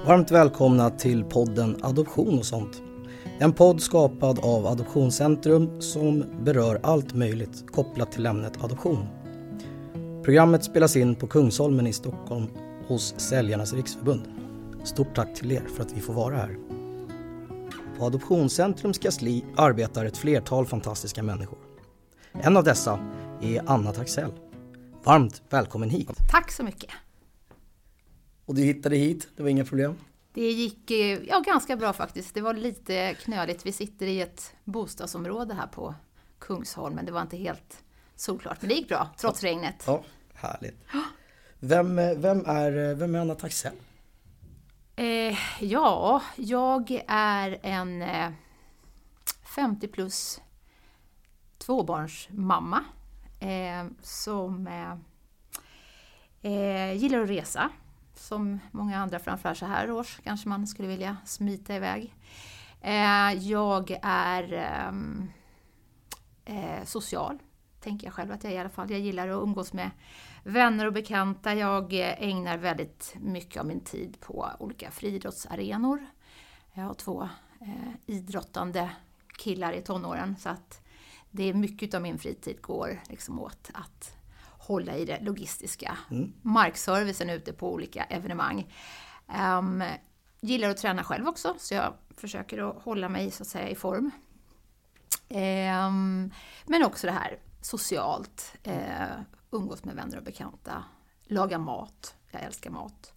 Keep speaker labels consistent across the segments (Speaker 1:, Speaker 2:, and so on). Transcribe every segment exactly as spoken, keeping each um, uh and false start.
Speaker 1: Varmt välkomna till podden Adoption och sånt. En podd skapad av Adoptionscentrum som berör allt möjligt kopplat till ämnet adoption. Programmet spelas in på Kungsholmen i Stockholm hos Säljarnas riksförbund. Stort tack till er för att vi får vara här. På Adoptionscentrums kansli arbetar ett flertal fantastiska människor. En av dessa är Anna Taxell. Varmt välkommen hit.
Speaker 2: Tack så mycket.
Speaker 1: Och du hittade hit, det var inga problem?
Speaker 2: Det gick ja, ganska bra faktiskt. Det var lite knöligt. Vi sitter i ett bostadsområde här på Kungsholmen. Det var inte helt solklart, men det gick bra trots
Speaker 1: ja.
Speaker 2: regnet.
Speaker 1: Ja, härligt. Vem, vem, är, vem är Anna Taxell?
Speaker 2: Eh, ja, jag är en eh, femtio plus tvåbarnsmamma eh, som eh, eh, gillar att resa. Som många andra, framför så här års kanske man skulle vilja smita iväg. Eh, jag är eh, social, tänker jag själv att jag är i alla fall. Jag gillar att umgås med vänner och bekanta. Jag ägnar väldigt mycket av min tid på olika friidrottsarenor. Jag har två eh, idrottande killar i tonåren, så att det är mycket av min fritid går liksom åt att hålla i det logistiska. Mm. Markservicen ute på olika evenemang. Um, gillar att träna själv också, så jag försöker att hålla mig så att säga i form. Um, men också det här socialt. Uh, umgås med vänner och bekanta. Laga mat. Jag älskar mat.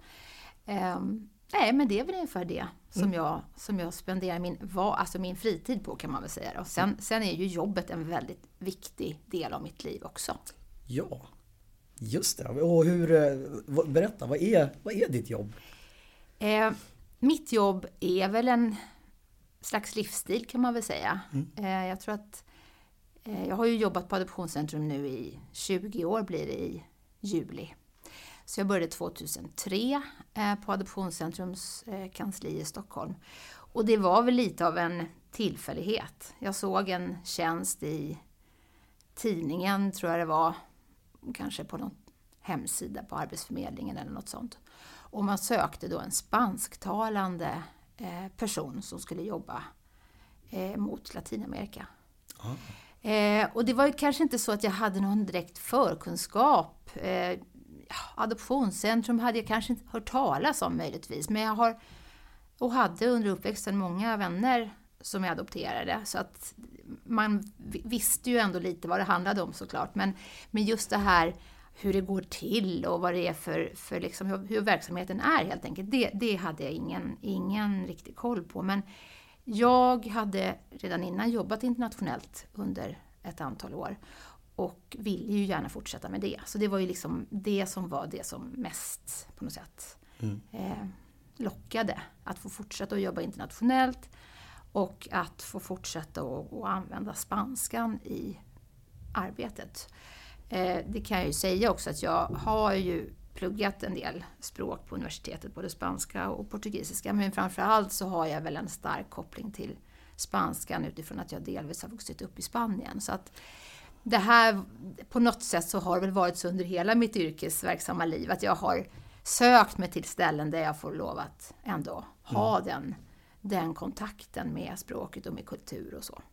Speaker 2: Um, nej, men det är väl ungefär det som, mm. jag, som jag spenderar min, va, alltså min fritid på, kan man väl säga. Och sen, sen är ju jobbet en väldigt viktig del av mitt liv också.
Speaker 1: Ja, just det. Och hur, berätta, vad är, vad är ditt jobb?
Speaker 2: Eh, mitt jobb är väl en slags livsstil, kan man väl säga. Mm. Eh, jag tror att eh, jag har ju jobbat på Adoptionscentrum nu i tjugo år, blir det i juli. Så jag började tjugohundratre eh, på Adoptionscentrums eh, kansli i Stockholm. Och det var väl lite av en tillfällighet. Jag såg en tjänst i tidningen, tror jag det var, kanske på någon hemsida på Arbetsförmedlingen eller något sånt. Och man sökte då en spansktalande eh, person som skulle jobba eh, mot Latinamerika. Ah. Eh, och det var ju kanske inte så att jag hade någon direkt förkunskap. Eh, Adoptionscentrum hade jag kanske inte hört talas om möjligtvis. Men jag har och hade under uppväxten många vänner som jag adopterade, så att man visste ju ändå lite vad det handlade om såklart, men, men just det här hur det går till och vad det är för, för liksom, hur, hur verksamheten är helt enkelt, det, det hade jag ingen, ingen riktig koll på. Men jag hade redan innan jobbat internationellt under ett antal år och ville ju gärna fortsätta med det, så det var ju liksom det som var det som mest på något sätt mm. eh, lockade, att få fortsätta att jobba internationellt. Och att få fortsätta att, att använda spanskan i arbetet. Eh, det kan jag ju säga också, att jag har ju pluggat en del språk på universitetet, både spanska och portugisiska. Men framförallt så har jag väl en stark koppling till spanskan utifrån att jag delvis har vuxit upp i Spanien. Så att det här, på något sätt så har det väl varit så under hela mitt yrkesverksamma liv att jag har sökt mig till ställen där jag får lov att ändå ha mm. den den kontakten med språket och med kultur och så.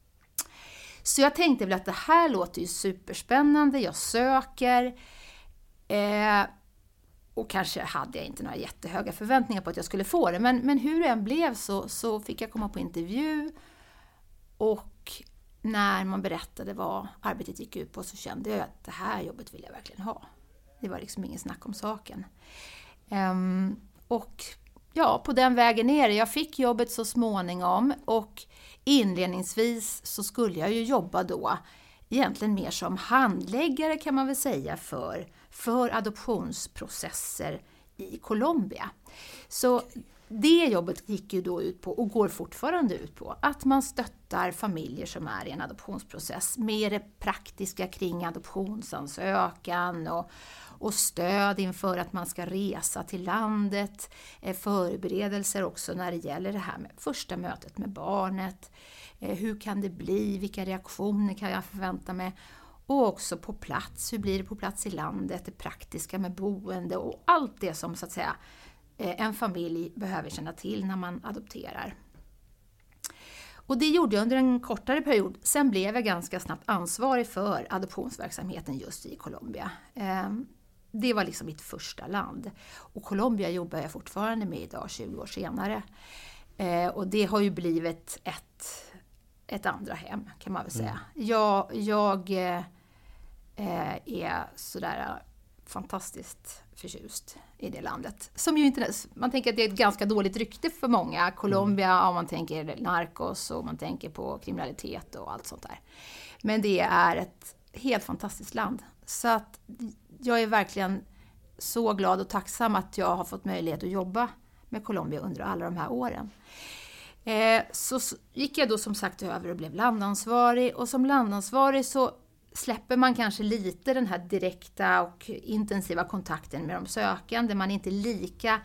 Speaker 2: Så jag tänkte väl att det här låter ju superspännande. Jag söker. Eh, och kanske hade jag inte några jättehöga förväntningar på att jag skulle få det. Men, men hur det än blev så, så fick jag komma på intervju. Och när man berättade vad arbetet gick ut på så kände jag att det här jobbet vill jag verkligen ha. Det var liksom ingen snack om saken. Eh, och Ja, på den vägen ner. Jag fick jobbet så småningom och inledningsvis så skulle jag ju jobba då egentligen mer som handläggare, kan man väl säga, för, för adoptionsprocesser i Colombia. Så det jobbet gick ju då ut på, och går fortfarande ut på, att man stöttar familjer som är i en adoptionsprocess med det praktiska kring adoptionsansökan och och stöd inför att man ska resa till landet, förberedelser också när det gäller det här med första mötet med barnet, hur kan det bli, vilka reaktioner kan jag förvänta mig, och också på plats, hur blir det på plats i landet, det praktiska med boende och allt det som så att säga en familj behöver känna till när man adopterar. Och det gjorde jag under en kortare period. Sen blev jag ganska snabbt ansvarig för adoptionsverksamheten just i Colombia. Det var liksom mitt första land. Och Colombia jobbar jag fortfarande med idag, tjugo år senare. Och det har ju blivit ett, ett andra hem, kan man väl säga. Mm. Jag, jag är sådär fantastiskt förtjust i det landet. Som ju inte, man tänker att det är ett ganska dåligt rykte för många. Colombia, mm. om man tänker narkos och man tänker på kriminalitet och allt sånt där. Men det är ett helt fantastiskt land. Så att jag är verkligen så glad och tacksam att jag har fått möjlighet att jobba med Colombia under alla de här åren. Eh, så gick jag då som sagt över och blev landansvarig. Och som landansvarig så släpper man kanske lite den här direkta och intensiva kontakten med de sökande. Man är inte lika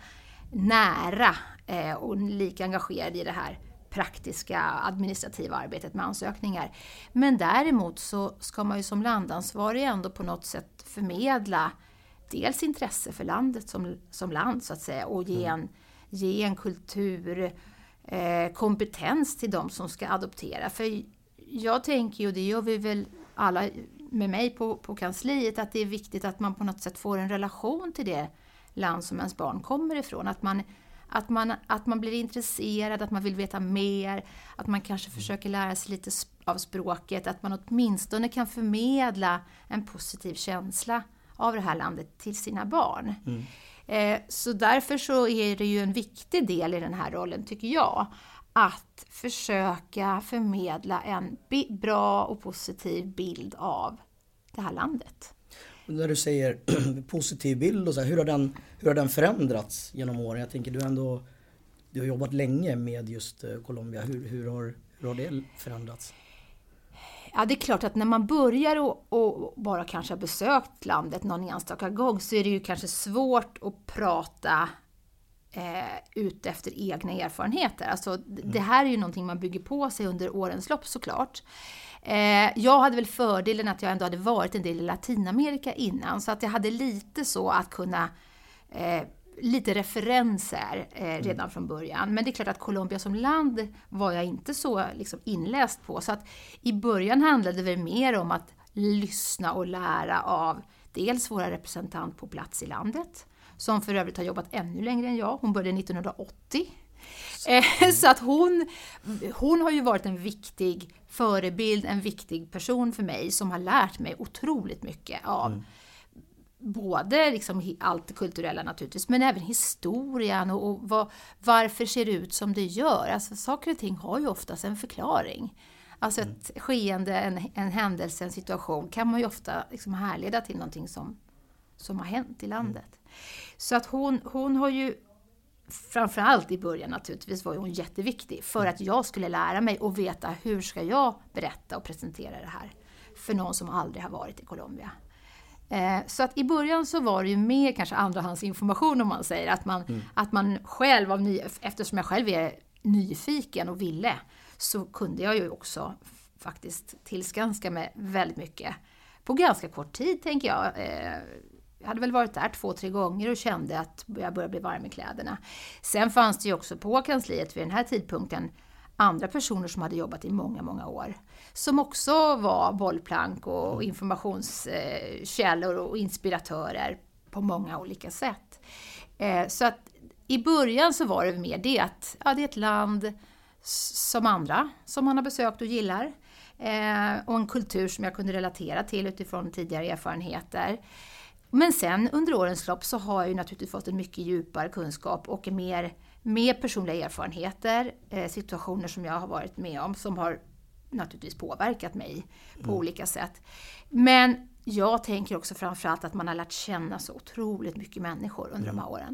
Speaker 2: nära eh, och lika engagerad i det här praktiska administrativa arbetet med ansökningar. Men däremot så ska man ju som landansvarig ändå på något sätt förmedla dels intresse för landet som, som land så att säga och ge en, ge en kultur, eh, kompetens till de som ska adoptera. För jag tänker ju, och det gör vi väl alla med mig på, på kansliet, att det är viktigt att man på något sätt får en relation till det land som ens barn kommer ifrån. Att man, att man, att man blir intresserad, att man vill veta mer, att man kanske försöker lära sig lite av språket, att man åtminstone kan förmedla en positiv känsla av det här landet till sina barn. Mm. Eh, så därför så är det ju en viktig del i den här rollen, tycker jag, att försöka förmedla en bi- bra och positiv bild av det här landet.
Speaker 1: Och när du säger positiv bild, och så här, hur, har den, hur har den förändrats genom åren? Jag tänker du ändå du har jobbat länge med just Colombia. Hur, hur, har, hur har det förändrats?
Speaker 2: Ja, det är klart att när man börjar och, och bara kanske har besökt landet någon enstaka gång så är det ju kanske svårt att prata eh, ut efter egna erfarenheter. Alltså mm. det här är ju någonting man bygger på sig under årens lopp såklart. Eh, jag hade väl fördelen att jag ändå hade varit en del i Latinamerika innan, så att jag hade lite så att kunna eh, lite referenser eh, redan mm. från början. Men det är klart att Colombia som land var jag inte så liksom, inläst på. Så att i början handlade det mer om att lyssna och lära av dels våra representant på plats i landet, som för övrigt har jobbat ännu längre än jag. Hon började nittonhundraåttio. Eh, så att hon, hon har ju varit en viktig förebild, en viktig person för mig som har lärt mig otroligt mycket av mm. både liksom allt det kulturella naturligtvis, men även historien och, och vad, varför ser det ut som det gör. Alltså saker och ting har ju oftast en förklaring. Alltså mm. ett skeende, en, en händelse, en situation kan man ju ofta liksom härleda till någonting som, som har hänt i landet. Mm. Så att hon, hon har ju framförallt i början naturligtvis var hon jätteviktig för att jag skulle lära mig och veta hur ska jag berätta och presentera det här för någon som aldrig har varit i Colombia. Eh, så att i början så var det ju mer kanske andrahandsinformation om man säger att man, mm. att man själv av ny, eftersom jag själv är nyfiken och ville, så kunde jag ju också faktiskt tillskanska mig väldigt mycket på ganska kort tid tänker jag. Eh, Jag hade väl varit där två, tre gånger och kände att jag började bli varm i kläderna. Sen fanns det ju också på kansliet vid den här tidpunkten andra personer som hade jobbat i många, många år. Som också var bollplank och informationskällor och inspiratörer på många olika sätt. Så att i början så var det mer det att ja, det är ett land som andra som man har besökt och gillar. Och en kultur som jag kunde relatera till utifrån tidigare erfarenheter. Men sen under årens lopp så har jag ju naturligtvis fått en mycket djupare kunskap och mer, mer personliga erfarenheter, eh, situationer som jag har varit med om som har naturligtvis påverkat mig på mm. olika sätt. Men jag tänker också framförallt att man har lärt känna så otroligt mycket människor under mm. de här åren.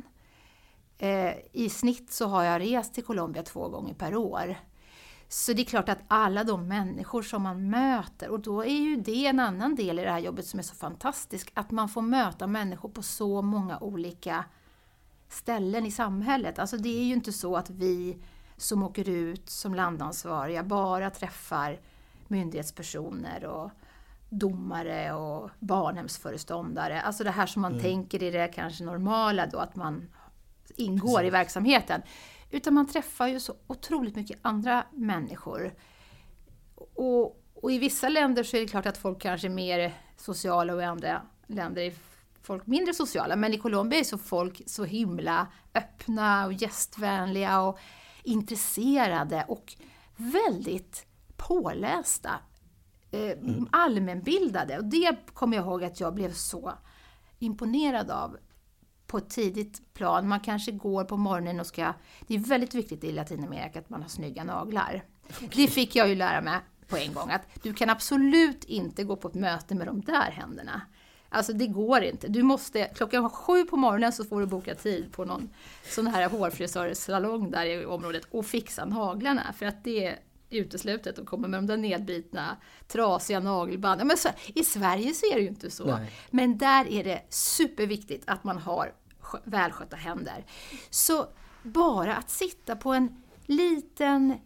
Speaker 2: Eh, I snitt så har jag rest till Colombia två gånger per år. Så det är klart att alla de människor som man möter, och då är ju det en annan del i det här jobbet som är så fantastisk, att man får möta människor på så många olika ställen i samhället. Alltså det är ju inte så att vi som åker ut som landansvariga bara träffar myndighetspersoner och domare och barnhemsföreståndare. Alltså det här som man mm. tänker i det kanske normala då, att man ingår Precis. I verksamheten. Utan man träffar ju så otroligt mycket andra människor. Och, och i vissa länder så är det klart att folk kanske är mer sociala och i andra länder är folk mindre sociala. Men i Colombia är så folk så himla öppna och gästvänliga och intresserade och väldigt pålästa. Mm. Allmänbildade, och det kommer jag ihåg att jag blev så imponerad av på ett tidigt plan. Man kanske går på morgonen och ska, det är väldigt viktigt i Latinamerika att man har snygga naglar. Okay. Det fick jag ju lära mig på en gång, att du kan absolut inte gå på ett möte med de där händerna. Alltså det går inte. Du måste, klockan sju på morgonen så får du boka tid på någon sån här hårfrisörsalong där i området och fixa naglarna, för att det är uteslutet och kommer med de där nedbitna, trasiga nagelband. Ja, men så, i Sverige så är det ju inte så. Nej. Men där är det superviktigt att man har välskötta händer. Så bara att sitta på en liten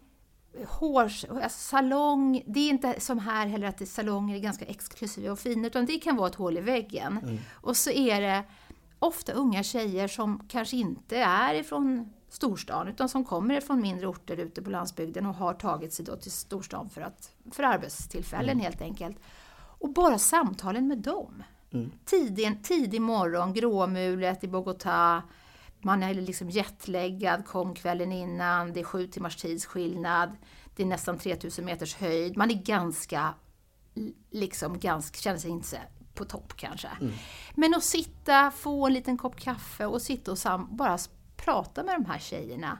Speaker 2: hårsalong, det är inte som här heller att det salonger är ganska exklusiva och fina, utan det kan vara ett hål i väggen. Mm. Och så är det ofta unga tjejer som kanske inte är ifrån storstan, utan som kommer från mindre orter ute på landsbygden och har tagit sig då till storstan för, att, för arbetstillfällen mm. helt enkelt. Och bara samtalen med dem. Mm. Tidig, tidig morgon, gråmulet i Bogotá, man är liksom jetläggad, kom kvällen innan, det är sju timmars tidsskillnad, det är nästan tre tusen meters höjd, man är ganska, liksom ganska, känner sig inte på topp kanske. Mm. Men att sitta, få en liten kopp kaffe och sitta och sam- bara prata med de här tjejerna,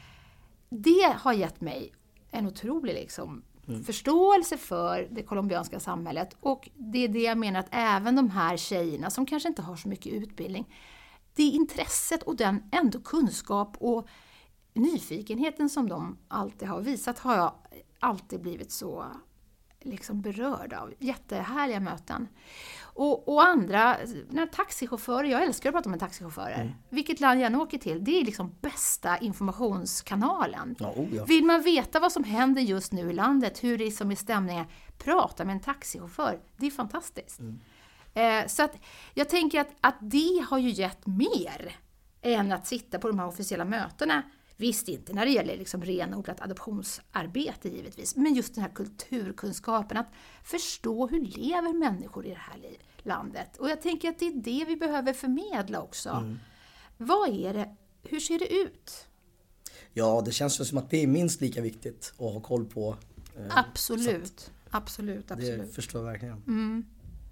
Speaker 2: det har gett mig en otrolig liksom, mm. förståelse för det colombianska samhället. Och det är det jag menar, att även de här tjejerna som kanske inte har så mycket utbildning, det intresset och den ändå kunskap och nyfikenheten som de alltid har visat, har jag alltid blivit så liksom berörd av. Jättehärliga möten. Och, och andra, när taxichaufförer, jag älskar att prata med taxichaufförer. Mm. Vilket land jag än åker till, det är liksom bästa informationskanalen. Ja, oh ja. Vill man veta vad som händer just nu i landet, hur det är som är stämningen, prata med en taxichaufför. Det är fantastiskt. Mm. Eh, så att jag tänker att, att det har ju gett mer än att sitta på de här officiella mötena. Visst inte när det gäller liksom renodlat adoptionsarbete givetvis, men just den här kulturkunskapen, att förstå hur lever människor i det här landet. Och jag tänker att det är det vi behöver förmedla också. Mm. Vad är det? Hur ser det ut?
Speaker 1: Ja, det känns som att det är minst lika viktigt att ha koll på.
Speaker 2: Eh, absolut, absolut, absolut.
Speaker 1: Det förstår jag verkligen.
Speaker 2: Mm.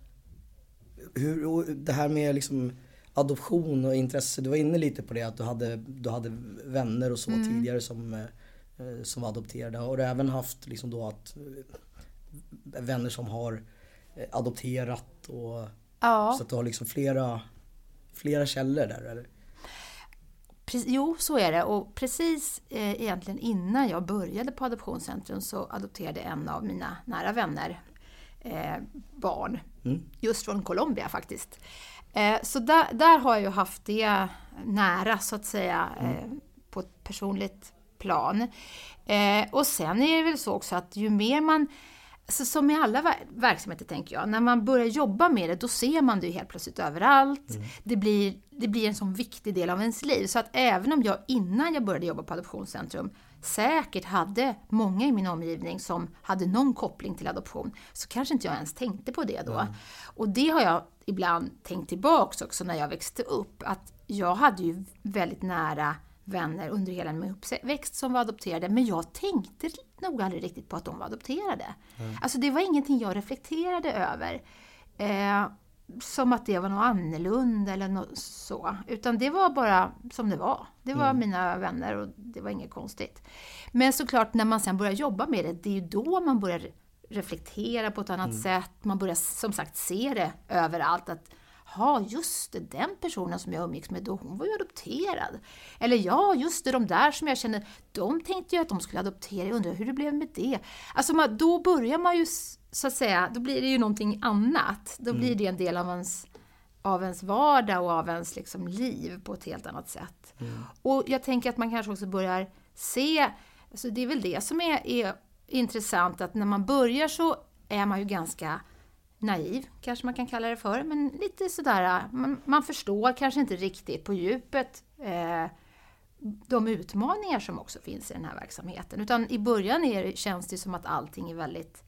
Speaker 1: Hur, och det här med liksom adoption och intresse, du var inne lite på det, att du hade, du hade vänner och så mm. tidigare som, eh, som var adopterade. Har du även haft liksom då att eh, vänner som har eh, adopterat och
Speaker 2: ja.
Speaker 1: Så att du har liksom flera, flera källor där, eller?
Speaker 2: Precis, jo, så är det. Och precis eh, egentligen innan jag började på Adoptionscentrum så adopterade en av mina nära vänner eh, barn. Mm. Just från Colombia faktiskt. Eh, så där, där har jag ju haft det nära så att säga mm. eh, på ett personligt plan. Eh, och sen är det väl så också att ju mer man, alltså som i alla ver- verksamheter tänker jag, när man börjar jobba med det, då ser man det ju helt plötsligt överallt. Mm. Det blir, det blir en sån viktig del av ens liv. Så att även om jag innan jag började jobba på Adoptionscentrum säkert hade många i min omgivning som hade någon koppling till adoption, så kanske inte jag ens tänkte på det då. Mm. Och det har jag ibland tänkt tillbaka också när jag växte upp, att jag hade ju väldigt nära vänner under hela min uppväxt som var adopterade, men jag tänkte nog aldrig riktigt på att de var adopterade. Mm. Alltså det var ingenting jag reflekterade över. Eh, som att det var något annorlunda eller något så. Utan det var bara som det var. Det var mm. mina vänner och det var inget konstigt. Men såklart när man sen börjar jobba med det, det är ju då man börjar reflektera på ett annat mm. sätt. Man börjar som sagt se det överallt. Att ja, just det, den personen som jag umgicks med då, hon var ju adopterad. Eller ja, just det, de där som jag känner, de tänkte ju att de skulle adoptera. Jag undrar hur det blev med det. Alltså man, då börjar man ju så att säga, då blir det ju någonting annat. Då mm. blir det en del av ens, av ens vardag och av ens liksom liv på ett helt annat sätt. Mm. Och jag tänker att man kanske också börjar se, alltså det är väl det som är, är intressant, att när man börjar så är man ju ganska naiv, kanske man kan kalla det för, men lite sådär, man, man förstår kanske inte riktigt på djupet eh, de utmaningar som också finns i den här verksamheten. Utan i början är det, känns det som att allting är väldigt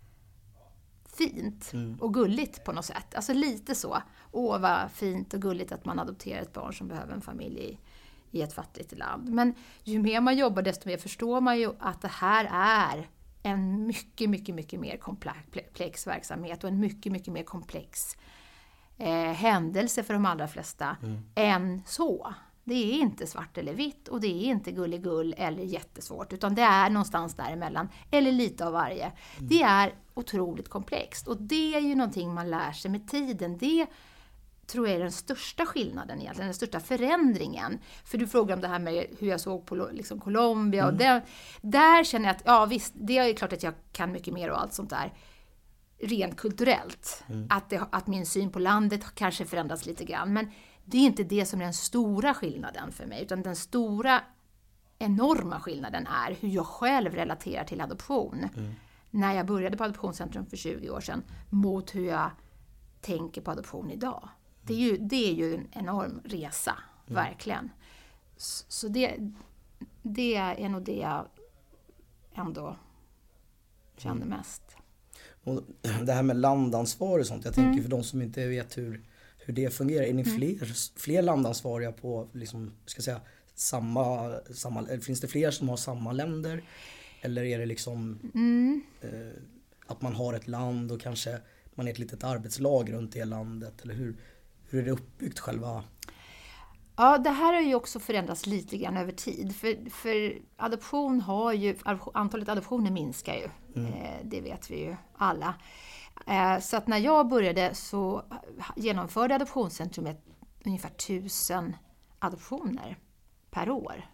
Speaker 2: fint mm. och gulligt på något sätt. Alltså lite så. Åh, vad fint och gulligt att man adopterar ett barn som behöver en familj i, i ett fattigt land. Men ju mer man jobbar, desto mer förstår man ju att det här är en mycket, mycket, mycket mer komplex verksamhet och en mycket, mycket mer komplex eh, händelse för de allra flesta mm. än så. Det är inte svart eller vitt och det är inte gulligull eller jättesvårt, utan det är någonstans däremellan, eller lite av varje. Mm. Det är otroligt komplext och det är ju någonting man lär sig med tiden. Det tror jag är den största skillnaden egentligen, den största förändringen. För du frågar om det här med hur jag såg på liksom Colombia mm. och det, där känner jag att, ja visst, det är klart att jag kan mycket mer och allt sånt där. Rent kulturellt. Mm. Att, det, att min syn på landet kanske förändras lite grann, men det är inte det som är den stora skillnaden för mig, utan den stora, enorma skillnaden är hur jag själv relaterar till adoption. Mm. När jag började på Adoptionscentrum för tjugo år sedan mot hur jag tänker på adoption idag. Det är ju, det är ju en enorm resa, mm. verkligen. Så det, det är nog det jag ändå kände mm. mest.
Speaker 1: Och det här med landansvar och sånt, jag tänker
Speaker 2: mm.
Speaker 1: för de som inte vet hur hur det fungerar. Är ni fler, mm. fler landansvariga på liksom, ska jag säga, samma, samma, finns det fler som har samma länder? Eller är det liksom mm. eh, att man har ett land och kanske man är ett litet arbetslag runt det landet? Eller hur, hur är det uppbyggt själva?
Speaker 2: Ja, det här har ju också förändrats lite grann över tid. För, för adoption har ju, antalet adoptioner minskar ju. Mm. Eh, det vet vi ju alla. Så att när jag började så genomförde Adoptionscentrum ungefär tusen adoptioner per år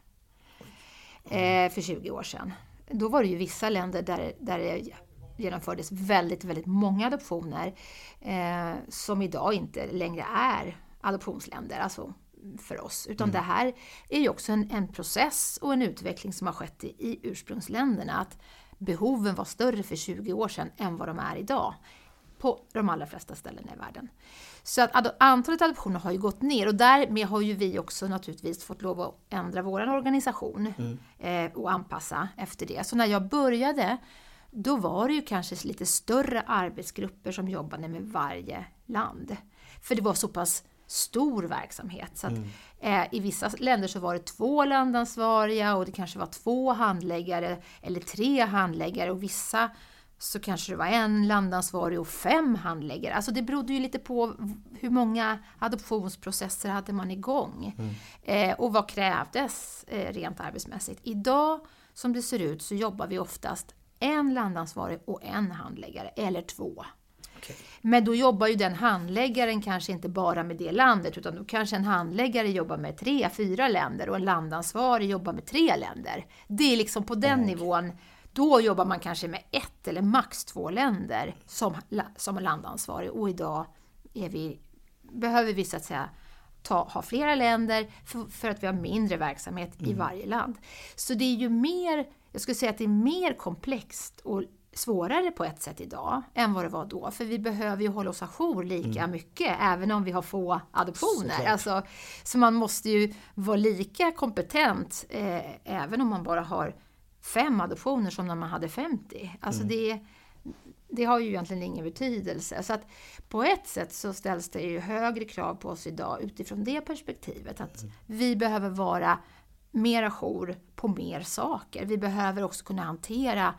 Speaker 2: mm. för tjugo år sedan. Då var det ju vissa länder där, där det genomfördes väldigt, väldigt många adoptioner eh, som idag inte längre är adoptionsländer, alltså för oss. Utan mm. det här är ju också en, en process och en utveckling som har skett i, i ursprungsländerna. Att behoven var större för tjugo år sedan än vad de är idag på de allra flesta ställen i världen. Så att ad- antalet adoptioner har ju gått ner och därmed har ju vi också naturligtvis fått lov att ändra vår organisation mm. eh, och anpassa efter det. Så när jag började, då var det ju kanske lite större arbetsgrupper som jobbade med varje land. För det var så pass stor verksamhet. Så att, mm. eh, i vissa länder så var det två landansvariga och det kanske var två handläggare eller tre handläggare, och vissa så kanske det var en landansvarig och fem handläggare. Alltså det berodde ju lite på hur många adoptionsprocesser hade man igång. Mm. Eh, och vad krävdes eh, rent arbetsmässigt. Idag som det ser ut så jobbar vi oftast en landansvarig och en handläggare eller två. Okay. Men då jobbar ju den handläggaren kanske inte bara med det landet, utan då kanske en handläggare jobbar med tre, fyra länder och en landansvarig jobbar med tre länder. Det är liksom på den okay. nivån. Då jobbar man kanske med ett eller max två länder som, som landansvarig. Och idag är vi, behöver vi så att säga ta, ha flera länder för, för att vi har mindre verksamhet mm. i varje land. Så det är ju mer, jag skulle säga att det är mer komplext och svårare på ett sätt idag än vad det var då. För vi behöver ju hålla oss ajour lika mm. mycket även om vi har få adoptioner. Alltså, så man måste ju vara lika kompetent eh, även om man bara har fem adoptioner som när man hade femtio. Alltså mm. det, det har ju egentligen ingen betydelse. Så att på ett sätt så ställs det ju högre krav på oss idag utifrån det perspektivet. Att mm. vi behöver vara mer ajour på mer saker. Vi behöver också kunna hantera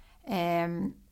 Speaker 2: eh,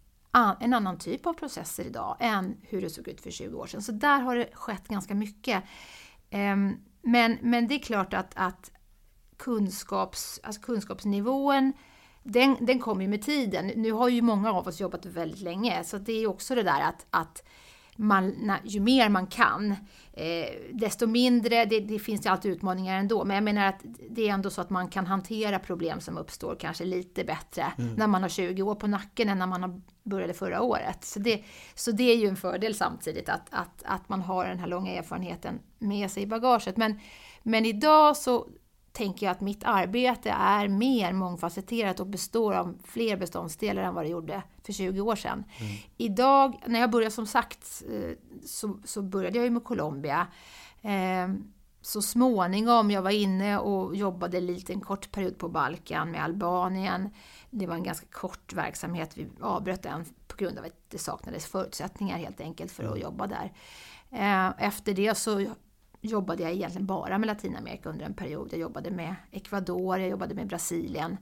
Speaker 2: en annan typ av processer idag än hur det såg ut för tjugo år sedan. Så där har det skett ganska mycket. Eh, men, men det är klart att, att kunskaps, alltså kunskapsnivån Den, den kommer ju med tiden. Nu har ju många av oss jobbat väldigt länge. Så det är också det där att, att man, ju mer man kan, eh, desto mindre, det, det finns ju alltid utmaningar ändå. Men jag menar att det är ändå så att man kan hantera problem som uppstår kanske lite bättre mm. när man har tjugo år på nacken än när man började förra året. Så det, så det är ju en fördel samtidigt att, att, att man har den här långa erfarenheten med sig i bagaget. Men, men idag så tänker jag att mitt arbete är mer mångfacetterat och består av fler beståndsdelar än vad det gjorde för tjugo år sedan. Mm. Idag, när jag började som sagt, så, så började jag ju med Colombia. Eh, så småningom, jag var inne och jobbade lite en kort period på Balkan med Albanien. Det var en ganska kort verksamhet, vi avbröt den på grund av att det saknades förutsättningar helt enkelt för att mm. jobba där. Efter det så jobbade jag egentligen bara med Latinamerika under en period. Jag jobbade med Ecuador, jag jobbade med Brasilien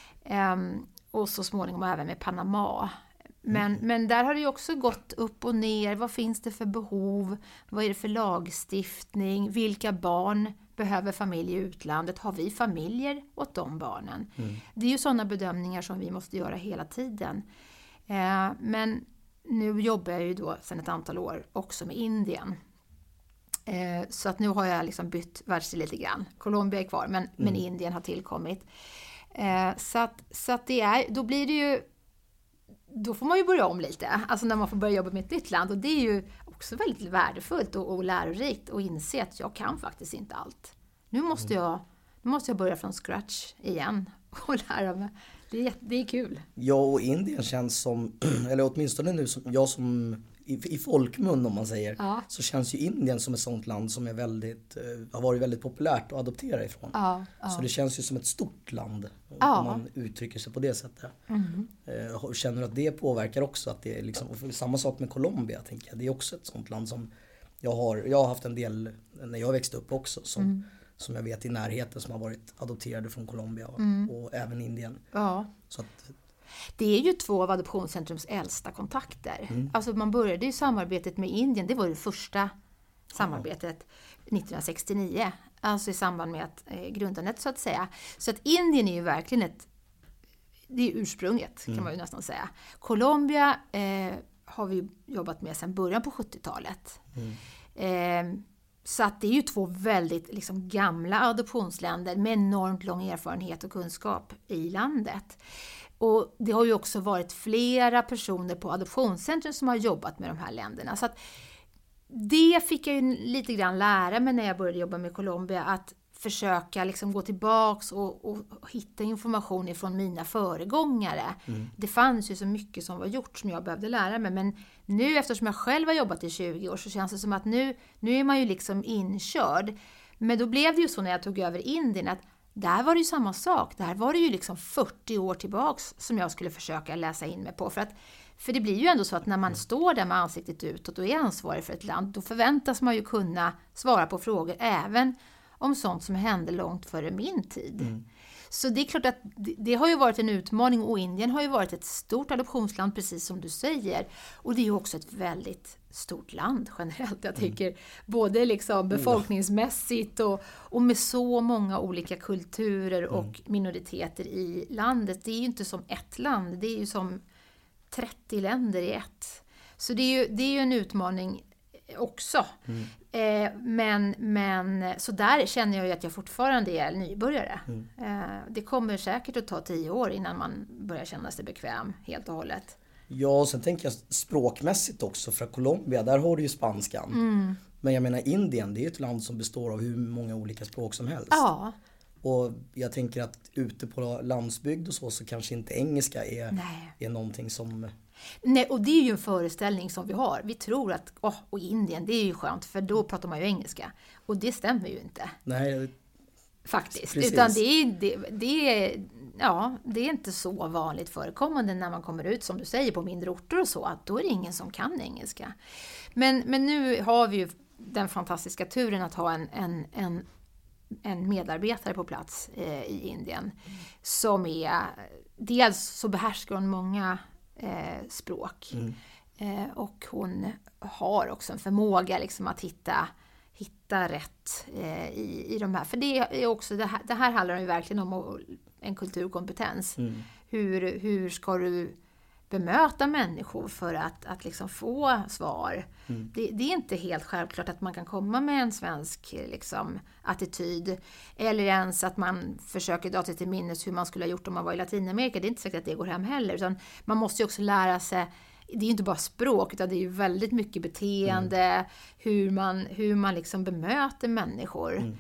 Speaker 2: och så småningom även med Panama. Men, mm. men där har det ju också gått upp och ner. Vad finns det för behov? Vad är det för lagstiftning? Vilka barn behöver familj i utlandet? Har vi familjer åt de barnen? Mm. Det är ju sådana bedömningar som vi måste göra hela tiden. Eh, men nu jobbar jag ju då sedan ett antal år också med Indien. Eh, så att nu har jag liksom bytt världsdel lite grann. Colombia är kvar, men, mm. men Indien har tillkommit. Eh, så att, så att det är, då blir det ju Då får man ju börja om lite, alltså när man får börja jobba med ett nytt land. Och det är ju också väldigt värdefullt och, och lärorikt att inse att jag kan faktiskt inte allt. Nu måste jag, nu måste jag börja från scratch igen och lära mig. Det är, det är kul.
Speaker 1: Ja, och Indien känns som, eller åtminstone nu som jag som i, i folkmun om man säger, ja. Så känns ju Indien som ett sånt land som är väldigt, eh, har varit väldigt populärt att adoptera ifrån. Ja, ja. Så det känns ju som ett stort land ja. Om man uttrycker sig på det sättet. Mm. Eh, känner du att det påverkar också? Att det är liksom, och samma sak med Colombia tänker jag. Det är också ett sånt land som jag har, jag har haft en del när jag växte upp också som, mm. som jag vet i närheten som har varit adopterade från Colombia och, mm. och även Indien. Ja. Så att,
Speaker 2: det är ju två av Adoptionscentrums äldsta kontakter. Mm. Alltså man började ju samarbetet med Indien. Det var det första samarbetet nittonhundrasextionio. Alltså i samband med att, eh, grundandet så att säga. Så att Indien är ju verkligen ett, det är ursprunget kan mm. man ju nästan säga. Colombia eh, har vi jobbat med sedan början på sjuttiotalet. Mm. Eh, så att det är ju två väldigt liksom, gamla adoptionsländer med enormt lång erfarenhet och kunskap i landet. Och det har ju också varit flera personer på Adoptionscentrum som har jobbat med de här länderna. Så att det fick jag ju lite grann lära mig när jag började jobba med Colombia. Att försöka liksom gå tillbaks och, och hitta information ifrån mina föregångare. Mm. Det fanns ju så mycket som var gjort som jag behövde lära mig. Men nu eftersom jag själv har jobbat i tjugo år så känns det som att nu, nu är man ju liksom inkörd. Men då blev det ju så när jag tog över Indien att där var det ju samma sak. Där var det ju liksom fyrtio år tillbaks som jag skulle försöka läsa in mig på. För, att, för det blir ju ändå så att när man står där med ansiktet utåt och är ansvarig för ett land, då förväntas man ju kunna svara på frågor även om sånt som hände långt före min tid. Mm. Så det är klart att det, det har ju varit en utmaning och Indien har ju varit ett stort adoptionsland precis som du säger. Och det är ju också ett väldigt stort land generellt. Jag tycker mm. både liksom befolkningsmässigt och, och med så många olika kulturer och mm. minoriteter i landet. Det är ju inte som ett land, det är ju som trettio länder i ett. Så det är ju, det är ju en utmaning också. Mm. Eh, men, men så där känner jag ju att jag fortfarande är nybörjare. Mm. Eh, det kommer säkert att ta tio år innan man börjar känna sig bekväm helt och hållet.
Speaker 1: Ja, och sen tänker jag språkmässigt också. För Colombia, där har du ju spanskan. Mm. Men jag menar Indien, det är ett land som består av hur många olika språk som helst. Ja. Och jag tänker att ute på landsbygd och så, så kanske inte engelska är, är någonting som...
Speaker 2: Nej, och det är ju en föreställning som vi har. Vi tror att, åh, oh, och Indien, det är ju skönt, för då pratar man ju engelska. Och det stämmer ju inte.
Speaker 1: Nej,
Speaker 2: faktiskt. Precis. Utan det är, det, det, är, ja, det är inte så vanligt förekommande när man kommer ut, som du säger, på mindre orter och så, att då är det ingen som kan engelska. Men, men nu har vi ju den fantastiska turen att ha en, en, en, en medarbetare på plats eh, i Indien mm. som är, dels så behärskar hon många Eh, språk. Mm. Eh, och hon har också en förmåga liksom, att hitta, hitta rätt eh, i, i de här. För det är också, det här, det här handlar ju verkligen om en kulturkompetens. Mm. Hur, hur ska du bemöta människor för att, att liksom få svar? Mm. Det, det är inte helt självklart att man kan komma med en svensk liksom, attityd. Eller ens att man försöker dra sig till minnes hur man skulle ha gjort om man var i Latinamerika. Det är inte säkert att det går hem heller. Utan man måste ju också lära sig, det är ju inte bara språk utan det är ju väldigt mycket beteende. Mm. Hur man, hur man liksom bemöter människor. Mm.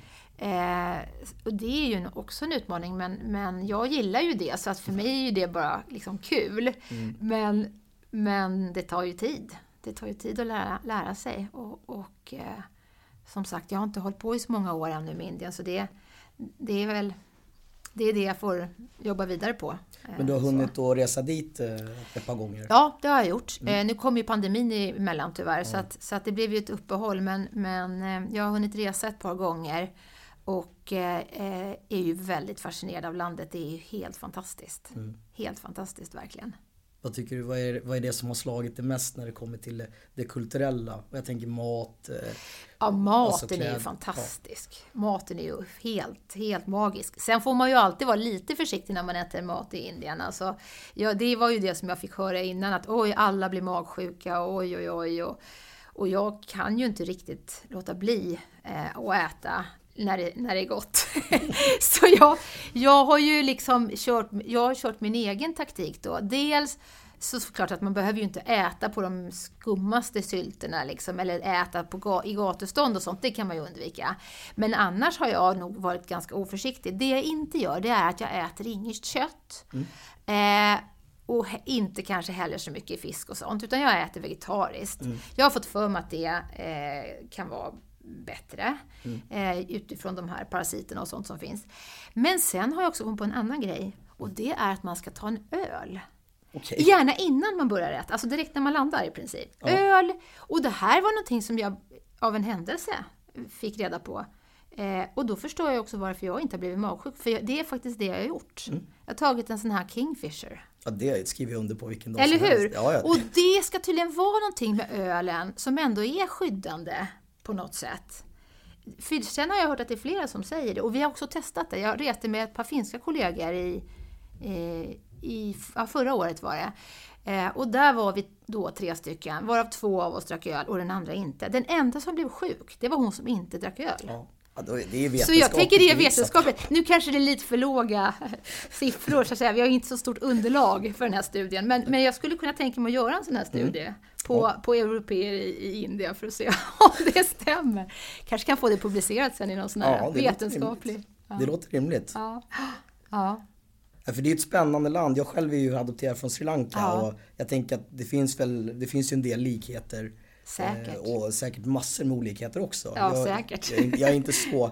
Speaker 2: Eh, och det är ju också en utmaning, men, men jag gillar ju det, så att för mig är ju det bara liksom kul. Mm. Men, men det tar ju tid. Det tar ju tid att lära, lära sig och, och eh, som sagt, jag har inte hållit på i så många år ännu med Indien, så det, det är väl det är det jag får jobba vidare på.
Speaker 1: Men du har hunnit så. att resa dit ett par gånger?
Speaker 2: Ja, det har jag gjort. Mm. Nu kom ju pandemin emellan tyvärr, ja. så, att, så att det blev ju ett uppehåll. Men, men jag har hunnit resa ett par gånger och eh, är ju väldigt fascinerad av landet. Det är ju helt fantastiskt. Mm. Helt fantastiskt, verkligen.
Speaker 1: Vad tycker du, vad är, vad är det som har slagit det mest när det kommer till det, det kulturella? Jag tänker mat. Eh,
Speaker 2: ja, maten alltså är ju fantastisk. Ja. Maten är ju helt, helt magisk. Sen får man ju alltid vara lite försiktig när man äter mat i Indien. Alltså, ja, det var ju det som jag fick höra innan, att oj, alla blir magsjuka, oj, oj, oj. Och, och jag kan ju inte riktigt låta bli eh, att äta när det, när det är gott. Så jag, jag har ju liksom kört, jag har kört min egen taktik då. Dels så såklart att man behöver ju inte äta på de skummaste sylterna liksom, eller äta på, i gatustånd och sånt, det kan man ju undvika. Men annars har jag nog varit ganska oförsiktig. Det jag inte gör, det är att jag äter inget kött. Mm. Eh, och inte kanske heller så mycket fisk och sånt, utan jag äter vegetariskt. Mm. Jag har fått för mig att det eh, kan vara bättre mm. eh, utifrån de här parasiterna och sånt som finns. Men sen har jag också kommit på en annan grej, och det är att man ska ta en öl. Okay. Gärna innan man börjar äta, alltså direkt när man landar i princip. Ja. Öl, och det här var någonting som jag av en händelse fick reda på. Eh, och då förstår jag också varför jag inte har blivit magsjuk, för jag, det är faktiskt det jag har gjort. Mm. Jag har tagit en sån här Kingfisher.
Speaker 1: Ja, det skriver jag under på vilken dag
Speaker 2: Eller
Speaker 1: som
Speaker 2: hur?
Speaker 1: Helst. Ja, ja.
Speaker 2: Och det ska tydligen vara någonting med ölen som ändå är skyddande på något sätt. För sen har jag hört att det är flera som säger det, och vi har också testat det. Jag reste med ett par finska kollegor i, eh, i ja, förra året var det. Eh, och där var vi då tre stycken, varav två av oss drack öl och den andra inte. Den enda som blev sjuk, det var hon som inte drack öl.
Speaker 1: Ja. Ja, det är
Speaker 2: så jag tänker det är vetenskapligt. Nu kanske det är lite för låga siffror, så att säga. Vi har inte så stort underlag för den här studien. Men, men jag skulle kunna tänka mig att göra en sån här studie mm. på, ja. på europeer i, i Indien för att se om det stämmer. Kanske kan få det publicerat sen i någon sån här ja, vetenskaplig.
Speaker 1: Låter ja. Det låter rimligt.
Speaker 2: Ja. Ja.
Speaker 1: Ja, för det är ett spännande land. Jag själv är ju adopterad från Sri Lanka ja. och jag tänker att det finns väl det finns ju en del likheter.
Speaker 2: Säkert.
Speaker 1: Och säkert massor med olikheter också.
Speaker 2: Ja,
Speaker 1: jag,
Speaker 2: säkert.
Speaker 1: Jag, jag är inte så,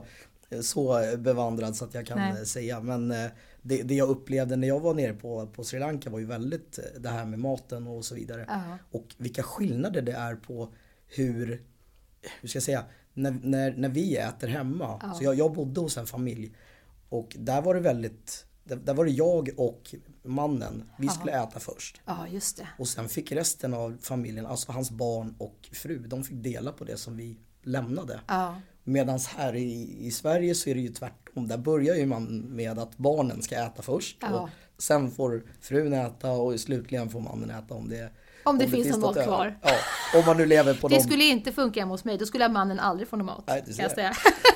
Speaker 1: så bevandrad så att jag kan Nej. säga. Men det, det jag upplevde när jag var nere på, på Sri Lanka var ju väldigt det här med maten och så vidare. Uh-huh. Och vilka skillnader det är på hur, hur ska jag säga, när, när, när vi äter hemma. Uh-huh. Så jag, jag bodde hos en familj och där var det väldigt... Där var det jag och mannen. Vi skulle Aha. äta först.
Speaker 2: Ja, just det.
Speaker 1: Och sen fick resten av familjen, alltså hans barn och fru, de fick dela på det som vi lämnade. Ja. Medan här i, i Sverige så är det ju tvärtom. Där börjar ju man med att barnen ska äta först. Ja. Och sen får frun äta och slutligen får mannen äta om det
Speaker 2: Om det, om det finns, finns något kvar.
Speaker 1: Ja, om man nu lever på
Speaker 2: Det
Speaker 1: dem.
Speaker 2: skulle inte funka hemma hos mig. Då skulle mannen aldrig få någon mat.
Speaker 1: Nej, det
Speaker 2: kan jag säga.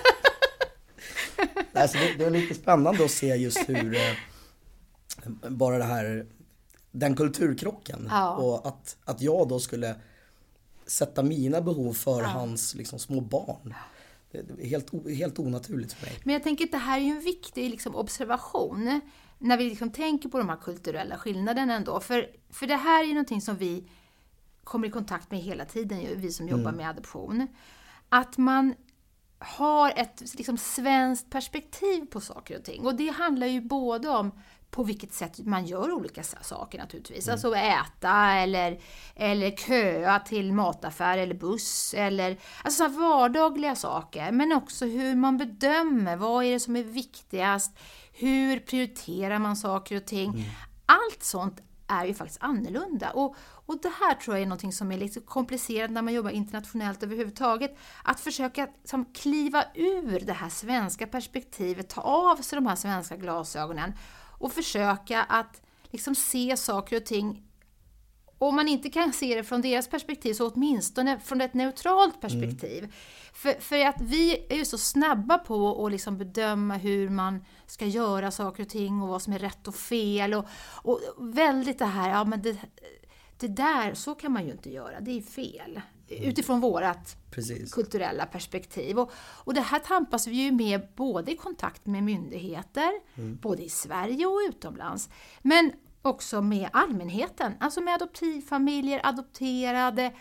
Speaker 1: Alltså det, det är lite spännande att se just hur eh, bara det här den kulturkrocken ja. och att, att jag då skulle sätta mina behov för ja. hans liksom, små barn. Det, det är helt, helt onaturligt för mig.
Speaker 2: Men jag tänker att det här är ju en viktig liksom, observation när vi liksom tänker på de här kulturella skillnaderna ändå. För, för det här är ju någonting som vi kommer i kontakt med hela tiden, vi som jobbar mm. med adoption. Att man har ett liksom, svenskt perspektiv på saker och ting. Och det handlar ju både om på vilket sätt man gör olika saker naturligtvis. Mm. Alltså äta eller, eller köa till mataffär eller buss. Eller, alltså så vardagliga saker. Men också hur man bedömer. Vad är det som är viktigast? Hur prioriterar man saker och ting? Mm. Allt sånt är ju faktiskt annorlunda. Och, och det här tror jag är något som är lite komplicerat när man jobbar internationellt överhuvudtaget. Att försöka som, kliva ur det här svenska perspektivet, ta av sig de här svenska glasögonen och försöka att liksom, se saker och ting. Om man inte kan se det från deras perspektiv så åtminstone från ett neutralt perspektiv. Mm. För, för att vi är ju så snabba på att liksom bedöma hur man ska göra saker och ting och vad som är rätt och fel. Och, och väldigt det här, ja men det, det där, så kan man ju inte göra, det är fel. Mm. Utifrån vårat Precis. kulturella perspektiv. Och, och det här tampas vi ju med både i kontakt med myndigheter, mm. både i Sverige och utomlands. Men också med allmänheten, alltså med adoptivfamiljer, adopterade,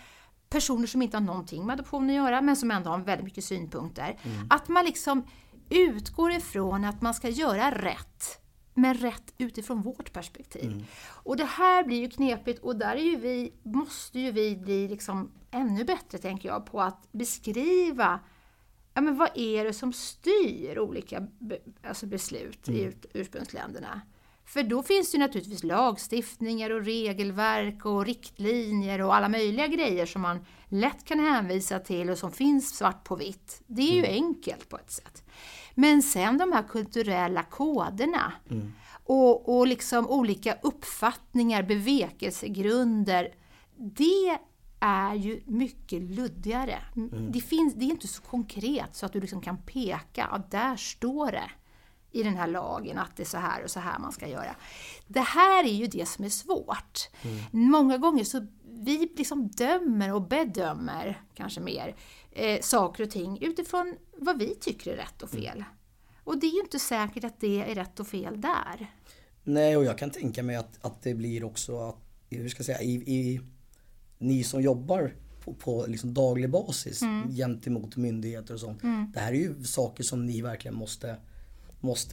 Speaker 2: personer som inte har någonting med adoption att göra men som ändå har väldigt mycket synpunkter. Mm. Att man liksom utgår ifrån att man ska göra rätt, men rätt utifrån vårt perspektiv. Mm. Och det här blir ju knepigt och där är ju vi, måste ju vi bli liksom ännu bättre, tänker jag, på att beskriva ja, men vad är det som styr olika be, alltså beslut mm. i ursprungsländerna. För då finns det ju naturligtvis lagstiftningar och regelverk och riktlinjer och alla möjliga grejer som man lätt kan hänvisa till och som finns svart på vitt. Det är ju mm. enkelt på ett sätt. Men sen de här kulturella koderna mm. och, och liksom olika uppfattningar, bevekelsegrunder, det är ju mycket luddigare. Mm. Det, finns, det är inte så konkret så att du liksom kan peka att där står det i den här lagen att det är så här och så här man ska göra. Det här är ju det som är svårt. Mm. Många gånger så vi liksom dömer och bedömer kanske mer eh, saker och ting utifrån vad vi tycker är rätt och fel. Mm. Och det är ju inte säkert att det är rätt och fel där.
Speaker 1: Nej, och jag kan tänka mig att, att det blir också att, hur ska jag säga, i, i ni som jobbar på, på liksom daglig basis mm. gentemot myndigheter och sånt. Mm. Det här är ju saker som ni verkligen måste måste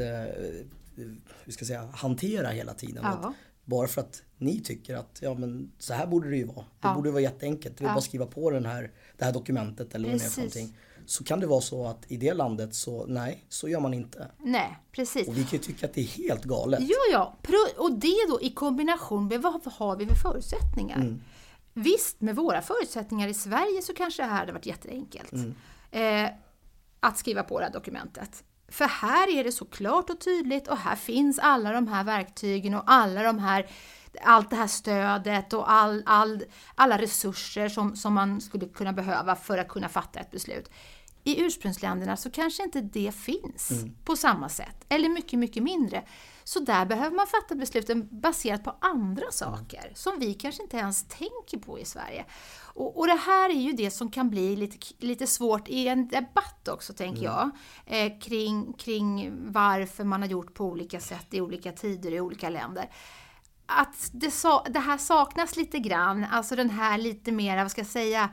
Speaker 1: hur ska jag säga, hantera hela tiden.
Speaker 2: Ja.
Speaker 1: Bara för att ni tycker att ja, men så här borde det ju vara. Det ja. borde vara jätteenkelt. Du vill ja. bara skriva på den här, det här dokumentet eller vad det är för någonting. Så kan det vara så att i det landet så nej, så gör man inte.
Speaker 2: Nej, precis.
Speaker 1: Och vi kan ju tycka att det är helt galet.
Speaker 2: Ja, ja. Och det då i kombination med vad har vi för förutsättningar? Mm. Visst, med våra förutsättningar i Sverige så kanske det här hade varit jätteenkelt. Mm. Eh, att skriva på det här dokumentet. För här är det så klart och tydligt och här finns alla de här verktygen och alla de här, allt det här stödet och all, all, alla resurser som, som man skulle kunna behöva för att kunna fatta ett beslut. I ursprungsländerna så kanske inte det finns mm. på samma sätt eller mycket, mycket mindre. Så där behöver man fatta besluten baserat på andra saker mm. som vi kanske inte ens tänker på i Sverige. Och, och det här är ju det som kan bli lite, lite svårt i en debatt också, tänker mm. jag. Eh, kring, kring varför man har gjort på olika sätt i olika tider i olika länder. Att det, så, det här saknas lite grann. Alltså den här lite mer, vad ska jag säga,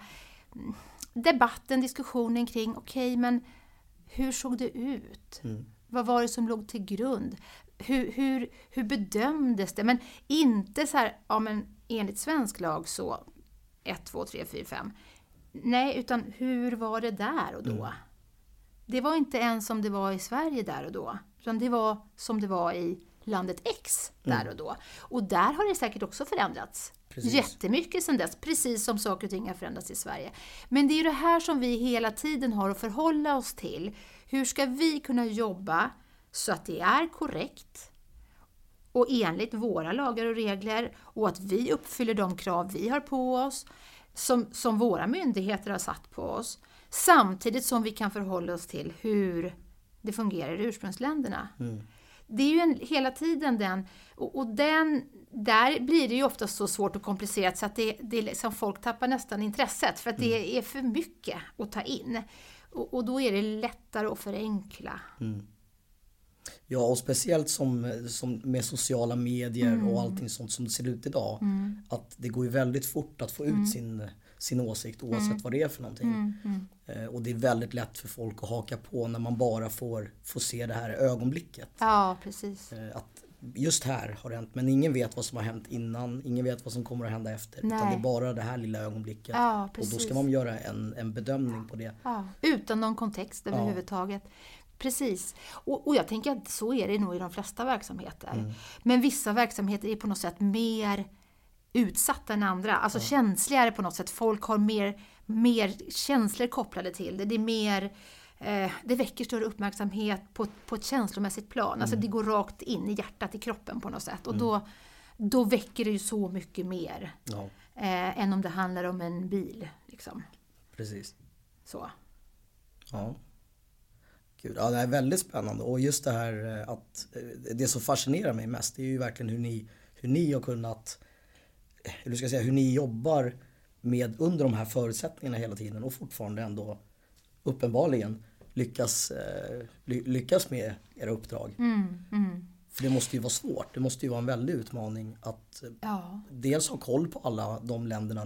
Speaker 2: debatten, diskussionen kring okej, okay, men hur såg det ut? Mm. Vad var det som låg till grund? Hur, hur, hur bedömdes det? Men inte så här, ja men enligt svensk lag så ett, två, tre, fyra, fem. Nej, utan hur var det där och då? Mm. Det var inte ens som det var i Sverige där och då. Utan det var som det var i landet X där mm. och då. Och där har det säkert också förändrats. Precis. Jättemycket sedan dess. Precis som saker och ting har förändrats i Sverige. Men det är ju det här som vi hela tiden har att förhålla oss till. Hur ska vi kunna jobba så att det är korrekt och enligt våra lagar och regler och att vi uppfyller de krav vi har på oss som, som våra myndigheter har satt på oss, samtidigt som vi kan förhålla oss till hur det fungerar i ursprungsländerna. Mm. Det är ju en, hela tiden den, och, och den, där blir det ju ofta så svårt och komplicerat så att det, det är liksom, folk tappar nästan intresset för att mm. det är för mycket att ta in. Och, och då är det lättare att förenkla. Mm.
Speaker 1: Ja, och speciellt som, som med sociala medier mm. och allting sånt som det ser ut idag. Mm. Att det går ju väldigt fort att få ut mm. sin, sin åsikt oavsett mm. vad det är för någonting. Mm. Mm. Eh, och det är väldigt lätt för folk att haka på när man bara får, får se det här ögonblicket.
Speaker 2: Ja, precis.
Speaker 1: Eh, att just här har det hänt, men ingen vet vad som har hänt innan. Ingen vet vad som kommer att hända efter. Nej. Utan det är bara det här lilla ögonblicket.
Speaker 2: Ja,
Speaker 1: och då ska man göra en, en bedömning på det.
Speaker 2: Ja, utan någon kontext överhuvudtaget. Ja. Precis. Och, och jag tänker att så är det nog i de flesta verksamheter. Mm. Men vissa verksamheter är på något sätt mer utsatta än andra. Alltså ja. känsligare på något sätt. Folk har mer, mer känslor kopplade till det. Det är mer... Eh, det väcker större uppmärksamhet på, på ett känslomässigt plan. Mm. Alltså det går rakt in i hjärtat, i kroppen på något sätt. Och mm. då, då väcker det ju så mycket mer. Ja. Eh, än om det handlar om en bil. Liksom.
Speaker 1: Precis.
Speaker 2: Så.
Speaker 1: Ja. Gud, ja, det är väldigt spännande. Och just det här att det som fascinerar mig mest är ju verkligen hur ni, hur ni har kunnat, hur ska jag säga, hur ni jobbar med under de här förutsättningarna hela tiden och fortfarande ändå uppenbarligen lyckas, lyckas med era uppdrag. Mm, mm. För det måste ju vara svårt. Det måste ju vara en väldig utmaning att ja. dels ha koll på alla de länderna ni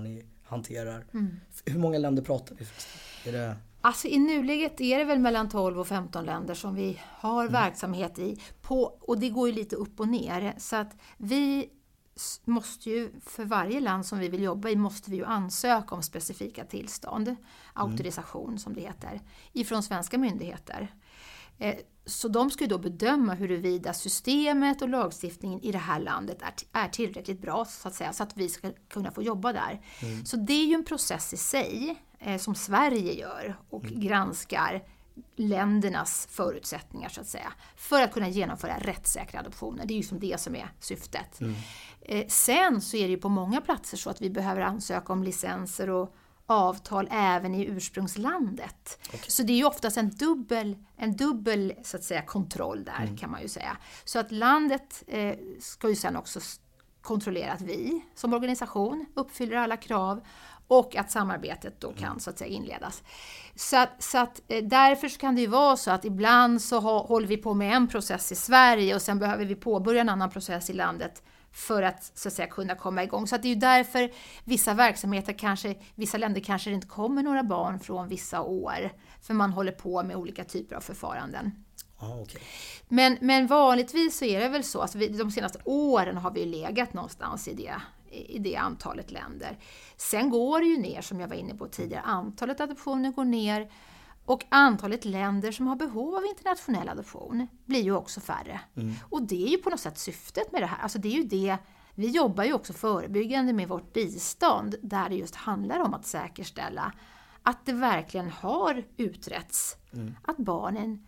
Speaker 1: hanterar.
Speaker 2: Mm.
Speaker 1: Hur många länder pratar vi förresten? Är det...
Speaker 2: Alltså i nuläget är det väl mellan tolv och femton länder som vi har mm. verksamhet i. På, och det går ju lite upp och ner. Så att vi måste ju, för varje land som vi vill jobba i, måste vi ju ansöka om specifika tillstånd. Mm. Auktorisation som det heter. Ifrån svenska myndigheter. Eh, så de ska ju då bedöma huruvida systemet och lagstiftningen i det här landet är, är tillräckligt bra så att säga. Så att vi ska kunna få jobba där. Mm. Så det är ju en process i sig. Som Sverige gör och mm. granskar ländernas förutsättningar så att säga. För att kunna genomföra rättssäkra adoptioner. Det är ju som det som är syftet. Mm. Eh, sen så är det ju på många platser så att vi behöver ansöka om licenser och avtal även i ursprungslandet. Okay. Så det är ju oftast en dubbel, en dubbel så att säga, kontroll där mm. kan man ju säga. Så att landet eh, ska ju sen också kontrollera att vi som organisation uppfyller alla krav. Och att samarbetet då kan så att säga inledas. Så att, så att därför så kan det ju vara så att ibland så ha, håller vi på med en process i Sverige och sen behöver vi påbörja en annan process i landet för att så att säga kunna komma igång. Så att det är ju därför vissa verksamheter kanske, vissa länder kanske inte kommer några barn från vissa år. För man håller på med olika typer av förfaranden.
Speaker 1: Ah, okay.
Speaker 2: men, men vanligtvis så är det väl så, alltså vi, de senaste åren har vi legat någonstans i det. i det antalet länder. Sen går det ju ner, som jag var inne på tidigare, antalet adoptioner går ner och antalet länder som har behov av internationell adoption blir ju också färre. Mm. Och det är ju på något sätt syftet med det här. Alltså det är ju det, vi jobbar ju också förebyggande med vårt bistånd där det just handlar om att säkerställa att det verkligen har utretts mm. att barnen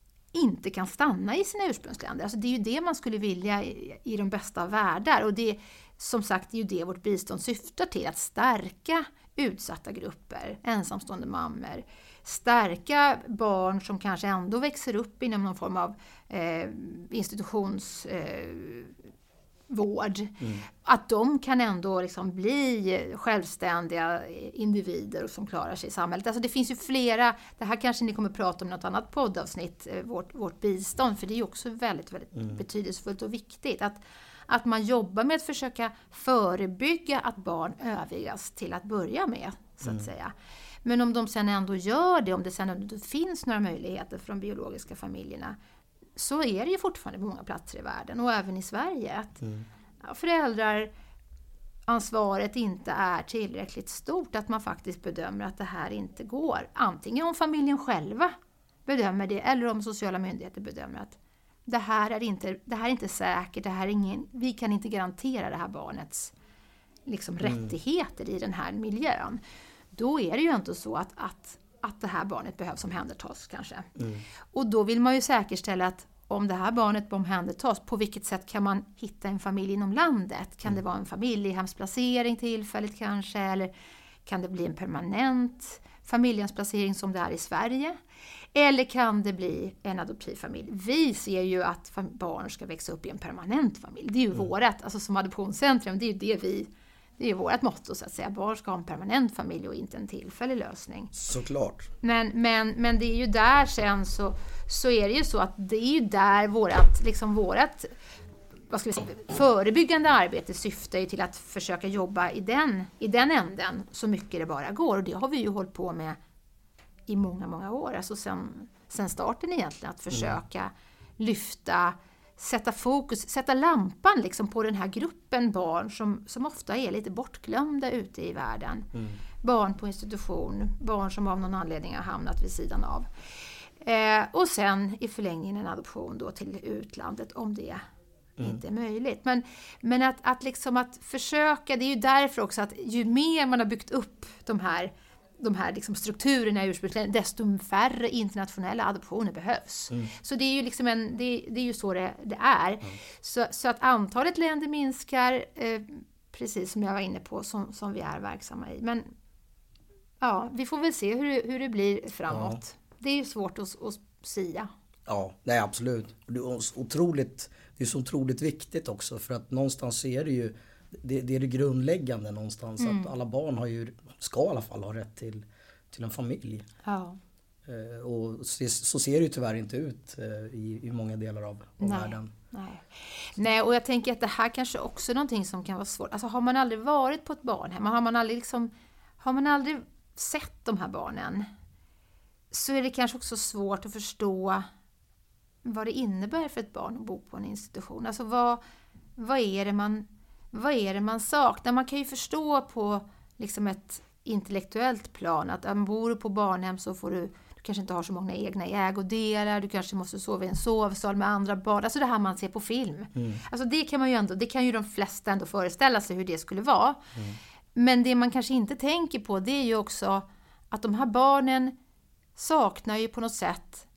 Speaker 2: inte kan stanna i sina ursprungsländer. Alltså det är ju det man skulle vilja i, i de bästa av världar. Och det, som sagt, det är ju det vårt bistånd syftar till. Att stärka utsatta grupper, ensamstående mammor. Stärka barn som kanske ändå växer upp inom någon form av eh, institutionsvård. Eh, mm. Att de kan ändå liksom bli självständiga individer som klarar sig i samhället. Alltså det finns ju flera, det här kanske ni kommer att prata om i något annat poddavsnitt, vårt, vårt bistånd, för det är ju också väldigt, väldigt mm. betydelsefullt och viktigt att, att man jobbar med att försöka förebygga att barn överges till att börja med, så att mm. säga. Men om de sen ändå gör det, om det sen ändå finns några möjligheter för de biologiska familjerna, så är det ju fortfarande på många platser i världen och även i Sverige att mm. ja, föräldraransvaret inte är tillräckligt stort, att man faktiskt bedömer att det här inte går. Antingen om familjen själva bedömer det eller om sociala myndigheter bedömer att det här är inte, det här är inte säkert, det här är ingen, vi kan inte garantera det här barnets liksom, mm. rättigheter i den här miljön. Då är det ju inte så att, att, att det här barnet behövs omhändertas kanske. Mm. Och då vill man ju säkerställa att om det här barnet omhändertas, på vilket sätt kan man hitta en familj inom landet? Kan mm. det vara en familjehemsplacering tillfälligt kanske? Eller kan det bli en permanent familjehemsplacering som det är i Sverige? Eller kan det bli en adoptivfamilj? Vi ser ju att barn ska växa upp i en permanent familj. Det är ju mm. vårat, alltså som adoptionscentrum, det är ju det vi... Det är ju vårt motto så att säga. Barn ska ha en permanent familj och inte en tillfällig lösning.
Speaker 1: Såklart.
Speaker 2: Men, men, men det är ju där sen så, så är det ju så att det är ju där vårat, liksom vårat vad ska vi säga, förebyggande arbete syftar ju till att försöka jobba i den, i den änden så mycket det bara går. Och det har vi ju hållit på med i många, många år. Alltså sen, sen starten egentligen att försöka mm. lyfta... Sätta fokus, sätta lampan liksom på den här gruppen barn som, som ofta är lite bortglömda ute i världen. Mm. Barn på institution, barn som av någon anledning har hamnat vid sidan av. Eh, och sen i förlängningen en adoption då till utlandet om det mm. inte är möjligt. Men, men att, att, liksom att försöka, det är ju därför också att ju mer man har byggt upp de här de här liksom strukturerna i ursprungsländer, desto färre internationella adoptioner behövs. Mm. Så det är ju liksom en, det, det är ju så det, det är. Mm. Så, så att antalet länder minskar, eh, precis som jag var inne på, som, som vi är verksamma i. Men ja, vi får väl se hur, hur det blir framåt. Ja. Det är ju svårt att, att sia.
Speaker 1: Ja, nej, absolut. Det är, otroligt, det är så otroligt viktigt också, för att någonstans är det ju Det, det är det grundläggande någonstans. Mm. Att alla barn har ju, ska i alla fall ha rätt till, till en familj.
Speaker 2: Ja.
Speaker 1: Eh, och så, så ser det ju tyvärr inte ut eh, i, i många delar av, av
Speaker 2: nej,
Speaker 1: världen.
Speaker 2: Nej. nej, och jag tänker att det här kanske också är någonting som kan vara svårt. Alltså har man aldrig varit på ett barnhem, har man aldrig liksom har man aldrig sett de här barnen så är det kanske också svårt att förstå vad det innebär för ett barn att bo på en institution. Alltså vad, vad, är, det man, vad är det man saknar? Man kan ju förstå på liksom ett intellektuellt plan att om bor du på barnhem så får du, du kanske inte har så många egna ägodelar, du kanske måste sova i en sovsal med andra barn. Alltså det här man ser på film. Mm. Alltså det kan man ju ändå, det kan ju de flesta ändå föreställa sig hur det skulle vara. Mm. Men det man kanske inte tänker på det är ju också att de här barnen saknar ju på något sätt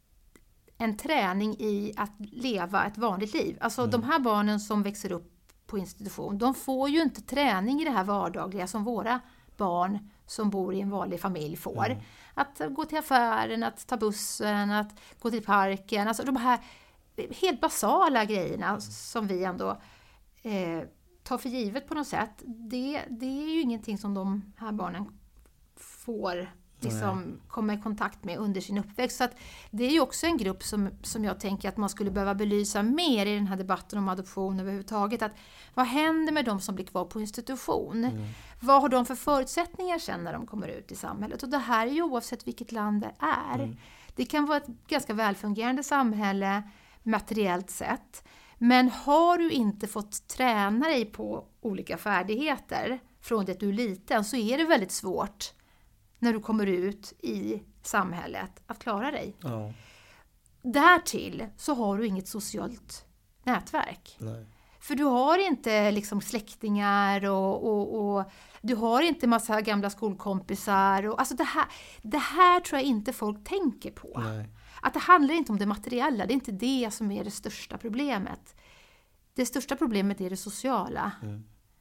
Speaker 2: en träning i att leva ett vanligt liv. Alltså mm. de här barnen som växer upp på institution, de får ju inte träning i det här vardagliga som våra barn som bor i en vanlig familj får. Mm. Att gå till affären, att ta bussen, att gå till parken. Alltså de här helt basala grejerna mm. som vi ändå eh, tar för givet på något sätt. Det, det är ju ingenting som de här barnen får liksom komma i kontakt med under sin uppväxt. Så att det är ju också en grupp som, som jag tänker att man skulle behöva belysa mer i den här debatten om adoption överhuvudtaget. Att vad händer med de som blir kvar på institution? Mm. Vad har de för förutsättningar sen när de kommer ut i samhället? Och det här är ju oavsett vilket land det är. Mm. Det kan vara ett ganska välfungerande samhälle materiellt sett. Men har du inte fått träna dig på olika färdigheter från det du är liten så är det väldigt svårt när du kommer ut i samhället att klara dig. Ja. Därtill så har du inget socialt nätverk. Nej. För du har inte liksom släktingar och, och, och du har inte massa gamla skolkompisar. Och, alltså det, här, det här tror jag inte folk tänker på. Nej. Att det handlar inte om det materiella, det är inte det som är det största problemet. Det största problemet är det sociala. Mm.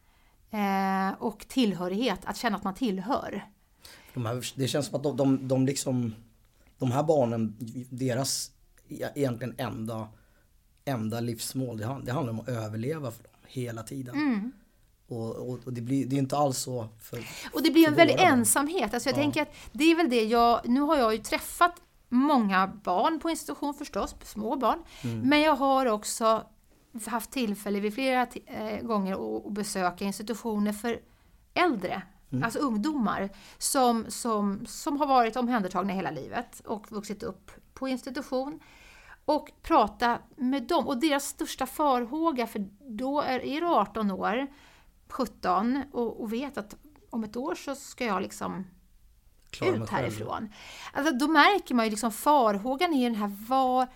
Speaker 2: Eh, och tillhörighet, att känna att man tillhör.
Speaker 1: De här, det känns som att de, de, de, liksom, de här barnen, deras egentligen enda, enda livsmål, det, det handlar om att överleva för dem hela tiden. Mm. Och, och, och det blir det är inte alls så för,
Speaker 2: och det blir en väldig ensamhet. Alltså jag ja. tänker att det är väl det jag, nu har jag ju träffat många barn på institution förstås, små barn. Mm. Men jag har också haft tillfälle vid flera t- äh, gånger att, att besöka institutioner för äldre. Mm. Alltså ungdomar som, som, som har varit omhändertagna hela livet och vuxit upp på institution och prata med dem. Och deras största farhåga, för då är, är du arton år, sjutton och, och vet att om ett år så ska jag liksom Klar ut härifrån. Alltså, då märker man ju liksom farhågan i den här var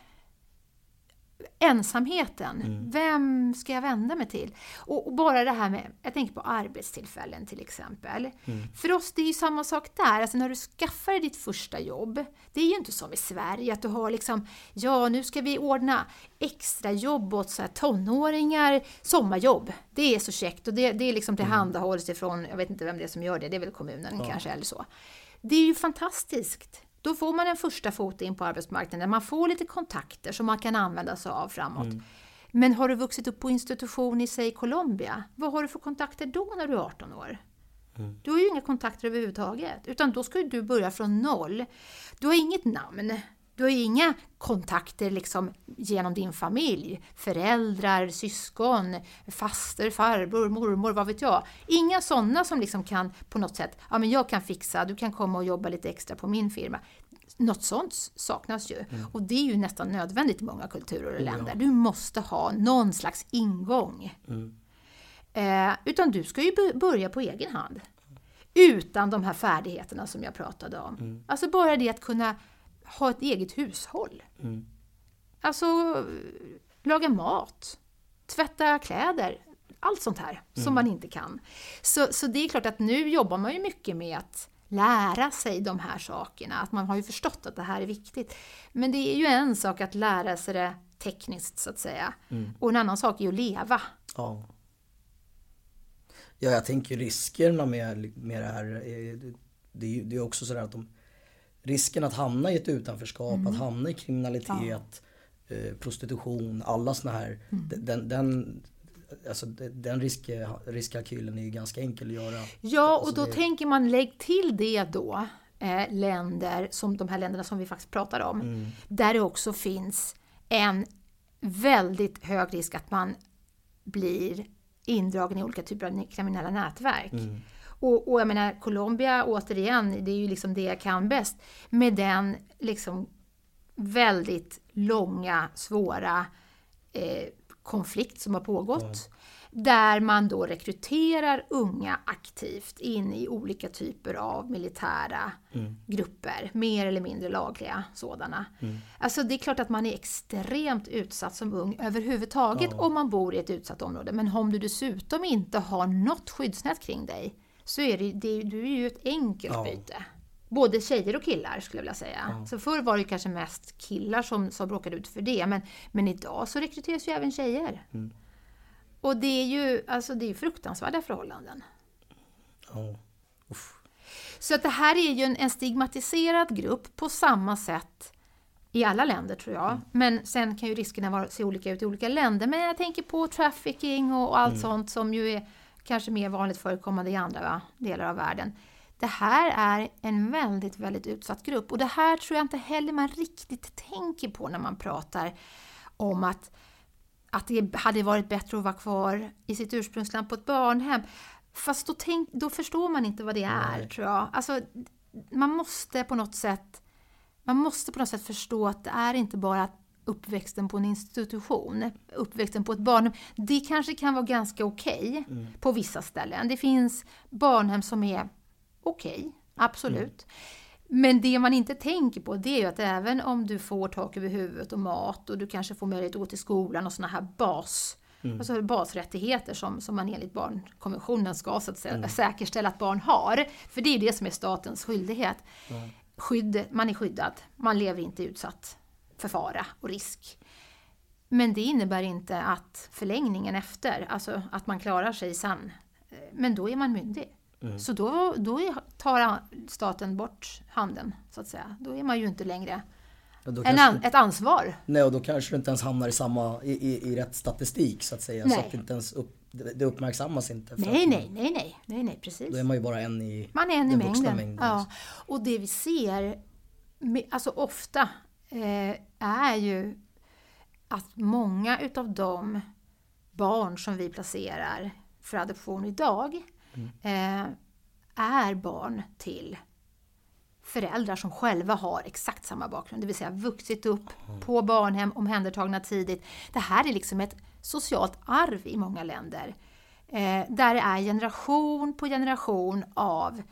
Speaker 2: ensamheten. Mm. Vem ska jag vända mig till? Och, och bara det här med, jag tänker på arbetstillfällen till exempel. Mm. För oss det är ju samma sak där. Alltså när du skaffar ditt första jobb, det är ju inte som i Sverige att du har liksom, ja nu ska vi ordna extra jobb åt så här tonåringar, sommarjobb. Det är så käckt och det, det är liksom tillhandahålls ifrån, jag vet inte vem det är som gör det, det är väl kommunen ja. kanske eller så. Det är ju fantastiskt. Då får man en första fot in på arbetsmarknaden. Man får lite kontakter som man kan använda sig av framåt. Mm. Men har du vuxit upp på institution i sig Colombia, vad har du för kontakter då när du är arton år? Mm. Du har ju inga kontakter överhuvudtaget. Utan då ska du börja från noll. Du har inget namn. Du har inga kontakter liksom genom din familj. Föräldrar, syskon, faster, farbror, mormor, vad vet jag. Inga sådana som liksom kan på något sätt, ja men jag kan fixa, du kan komma och jobba lite extra på min firma. Något sånt saknas ju. Mm. Och det är ju nästan nödvändigt i många kulturer och länder. Du måste ha någon slags ingång. Mm. Eh, utan du ska ju börja på egen hand. Utan de här färdigheterna som jag pratade om. Mm. Alltså bara det att kunna ha ett eget hushåll. Mm. Alltså laga mat, tvätta kläder, allt sånt här mm. som man inte kan. Så, så det är klart att nu jobbar man ju mycket med att lära sig de här sakerna. Att man har ju förstått att det här är viktigt. Men det är ju en sak att lära sig det tekniskt så att säga. Mm. Och en annan sak är ju att leva.
Speaker 1: Ja. Ja, jag tänker riskerna med, med det här. Det är ju det är också sådär att de risken att hamna i ett utanförskap, mm. att hamna i kriminalitet, ja. eh, prostitution, alla såna här, mm. den, den, alltså, den risk, riskkalkylen är ju ganska enkel att göra.
Speaker 2: Ja, och
Speaker 1: alltså,
Speaker 2: då
Speaker 1: det...
Speaker 2: tänker man, lägg till det då, eh, länder, som de här länderna som vi faktiskt pratar om, mm. där det också finns en väldigt hög risk att man blir indragen i olika typer av kriminella nätverk. Mm. Och, och jag menar, Colombia återigen, det är ju liksom det jag kan bäst. Med den liksom väldigt långa, svåra eh, konflikt som har pågått. Mm. Där man då rekryterar unga aktivt in i olika typer av militära mm. grupper. Mer eller mindre lagliga sådana. Mm. Alltså det är klart att man är extremt utsatt som ung överhuvudtaget ja. Om man bor i ett utsatt område. Men om du dessutom inte har något skyddsnät kring dig så är det, det, du är ju ett enkelt ja. Byte. Både tjejer och killar skulle jag vilja säga. Ja. Så förr var det kanske mest killar som, som bråkade ut för det. Men, men idag så rekryteras ju även tjejer. Mm. Och det är ju alltså det är fruktansvärda förhållanden.
Speaker 1: Ja. Uff.
Speaker 2: Så att det här är ju en, en stigmatiserad grupp på samma sätt i alla länder tror jag. Mm. Men sen kan ju riskerna vara, se olika ut i olika länder. Men jag tänker på trafficking och allt mm. sånt som ju är kanske mer vanligt förekommande i andra va, delar av världen. Det här är en väldigt, väldigt utsatt grupp. Och det här tror jag inte heller man riktigt tänker på när man pratar om att, att det hade varit bättre att vara kvar i sitt ursprungsland på ett barnhem. Fast då, tänk, då förstår man inte vad det är, Nej. tror jag. Alltså, man måste på något sätt man måste på något sätt förstå att det är inte bara uppväxten på en institution, uppväxten på ett barnhem. Det kanske kan vara ganska okej okay mm. på vissa ställen. Det finns barnhem som är okej, okay, absolut. Mm. Men det man inte tänker på det är ju att även om du får tak över huvudet och mat och du kanske får möjlighet att gå till skolan och såna här bas, mm. alltså basrättigheter som, som man enligt barnkonventionen ska så att säga, mm. säkerställa att barn har. För det är det som är statens skyldighet. Mm. Skydd, man är skyddad, man lever inte utsatt för fara och risk. Men det innebär inte att förlängningen efter, alltså att man klarar sig sen, men då är man myndig. Mm. Så då, då tar staten bort handen, så att säga. Då är man ju inte längre en an, ett ansvar.
Speaker 1: Nej, och då kanske du inte ens hamnar i samma i, i, i rätt statistik, så att säga.
Speaker 2: Nej.
Speaker 1: Så att det inte ens upp, det uppmärksammas inte.
Speaker 2: Nej, nej, nej, nej, nej, nej, precis.
Speaker 1: Då är man ju bara en i
Speaker 2: man är en i mängden.
Speaker 1: mängden.
Speaker 2: Ja. Och det vi ser, alltså ofta, eh, är ju att många utav de barn som vi placerar för adoption idag Mm. Eh, är barn till föräldrar som själva har exakt samma bakgrund, det vill säga vuxit upp mm. på barnhem, omhändertagna tidigt. Det här är liksom ett socialt arv i många länder eh, där det är generation på generation av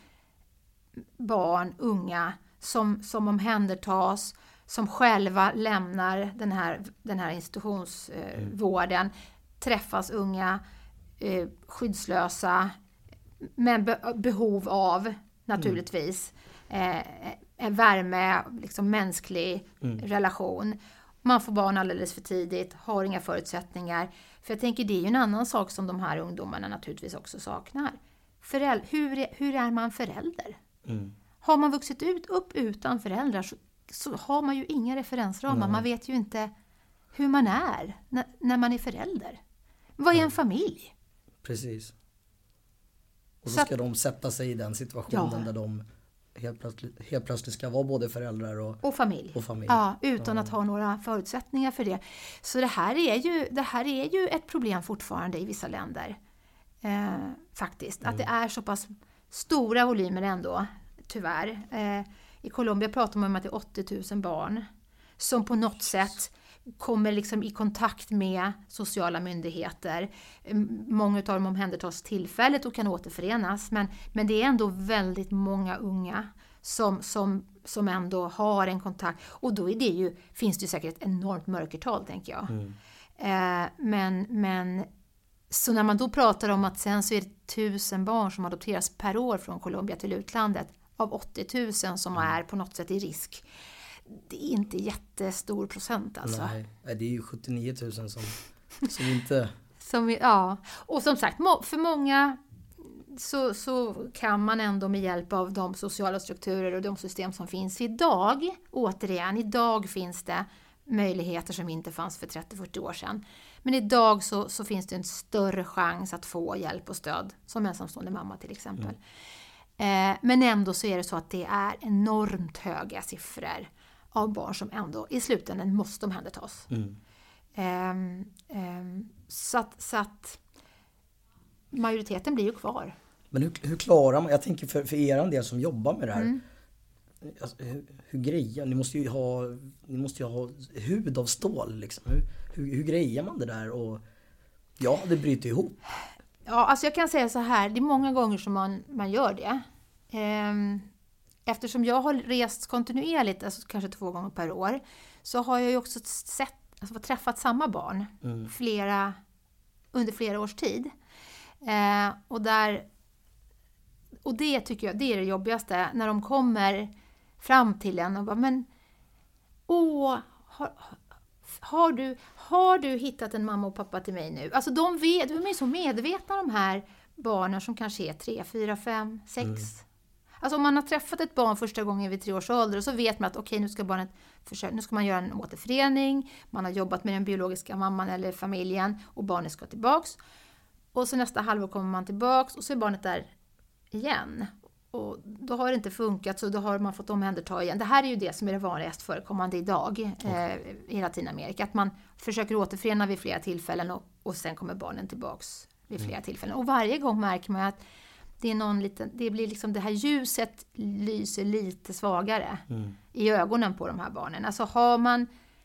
Speaker 2: barn, unga som, som omhändertas, som själva lämnar den här, den här institutionsvården, eh, mm. träffas unga, eh, skyddslösa, med be- behov av naturligtvis mm. eh, en värme, liksom mänsklig mm. relation. Man får barn alldeles för tidigt, har inga förutsättningar. För jag tänker det är ju en annan sak som de här ungdomarna naturligtvis också saknar. Föräld- hur, är, hur är man förälder? Mm. Har man vuxit ut upp utan föräldrar så, så har man ju inga referensramar. Mm. Man vet ju inte hur man är när, när man är förälder. Vad är en familj?
Speaker 1: Precis. Och så ska de sätta sig i den situationen ja. där de helt plötsligt, helt plötsligt ska vara både föräldrar och,
Speaker 2: och familj.
Speaker 1: Och familj.
Speaker 2: Ja, utan ja. att ha några förutsättningar för det. Så det här är ju, det här är ju ett problem fortfarande i vissa länder. Eh, faktiskt. Mm. Att det är så pass stora volymer ändå, tyvärr. Eh, I Colombia pratar man om att det är åttio tusen barn som på något sätt kommer liksom i kontakt med sociala myndigheter. Många av dem omhändertas tillfället och kan återförenas. Men, men det är ändå väldigt många unga som, som, som ändå har en kontakt. Och då är det ju, finns det ju säkert ett enormt mörkertal, tänker jag. Mm. Eh, men, men så när man då pratar om att sen så är det tusen barn som adopteras per år från Colombia till utlandet av åttio tusen som är på något sätt i risk. Det är inte jättestor procent alltså.
Speaker 1: Nej, det är ju sjuttionio tusen som, som inte...
Speaker 2: Som, ja, och som sagt, för många så, så kan man ändå med hjälp av de sociala strukturer och de system som finns idag, återigen, idag finns det möjligheter som inte fanns för trettio till fyrtio år sedan. Men idag så, så finns det en större chans att få hjälp och stöd, som ensamstående mamma till exempel. Mm. Eh, men ändå så är det så att det är enormt höga siffror av barn som ändå i slutändan måste omhändertas. Mm. Um, um, så, att, så att majoriteten blir ju kvar.
Speaker 1: Men hur, hur klarar man, jag tänker för, för er del som jobbar med det här, mm. alltså, hur, hur grejer, ni måste ju ha, ni måste ju ha hud av stål liksom. Hur, hur, hur grejer man det där? Och ja, det bryter ihop.
Speaker 2: Ja, alltså jag kan säga så här, det är många gånger som man, man gör det. Ehm, eftersom jag har rest kontinuerligt, alltså kanske två gånger per år, så har jag ju också sett, alltså träffat samma barn mm. flera, under flera års tid. Ehm, och där Och det tycker jag, det är det jobbigaste. När de kommer fram till en och bara, men åh, har, har, du, har du hittat en mamma och pappa till mig nu? Alltså de, vet, de är så medvetna, de här barnen som kanske är tre, fyra, fem, sex. Mm. Alltså om man har träffat ett barn första gången vid tre års ålder, så vet man att okej, okay, nu ska barnet försöka, nu ska man göra en återförening. Man har jobbat med den biologiska mamman eller familjen och barnet ska tillbaks. Och så nästa halvår kommer man tillbaks och så är barnet där igen. Och då har det inte funkat, så då har man fått omhänderta igen. Det här är ju det som är det vanligast förekommande idag eh, i Latinamerika. Att man försöker återförena vid flera tillfällen och, och sen kommer barnen tillbaks vid flera mm. tillfällen. Och varje gång märker man att det är någon liten, det blir liksom det här ljuset lyser lite svagare mm. i ögonen på de här barnen. Alltså har man,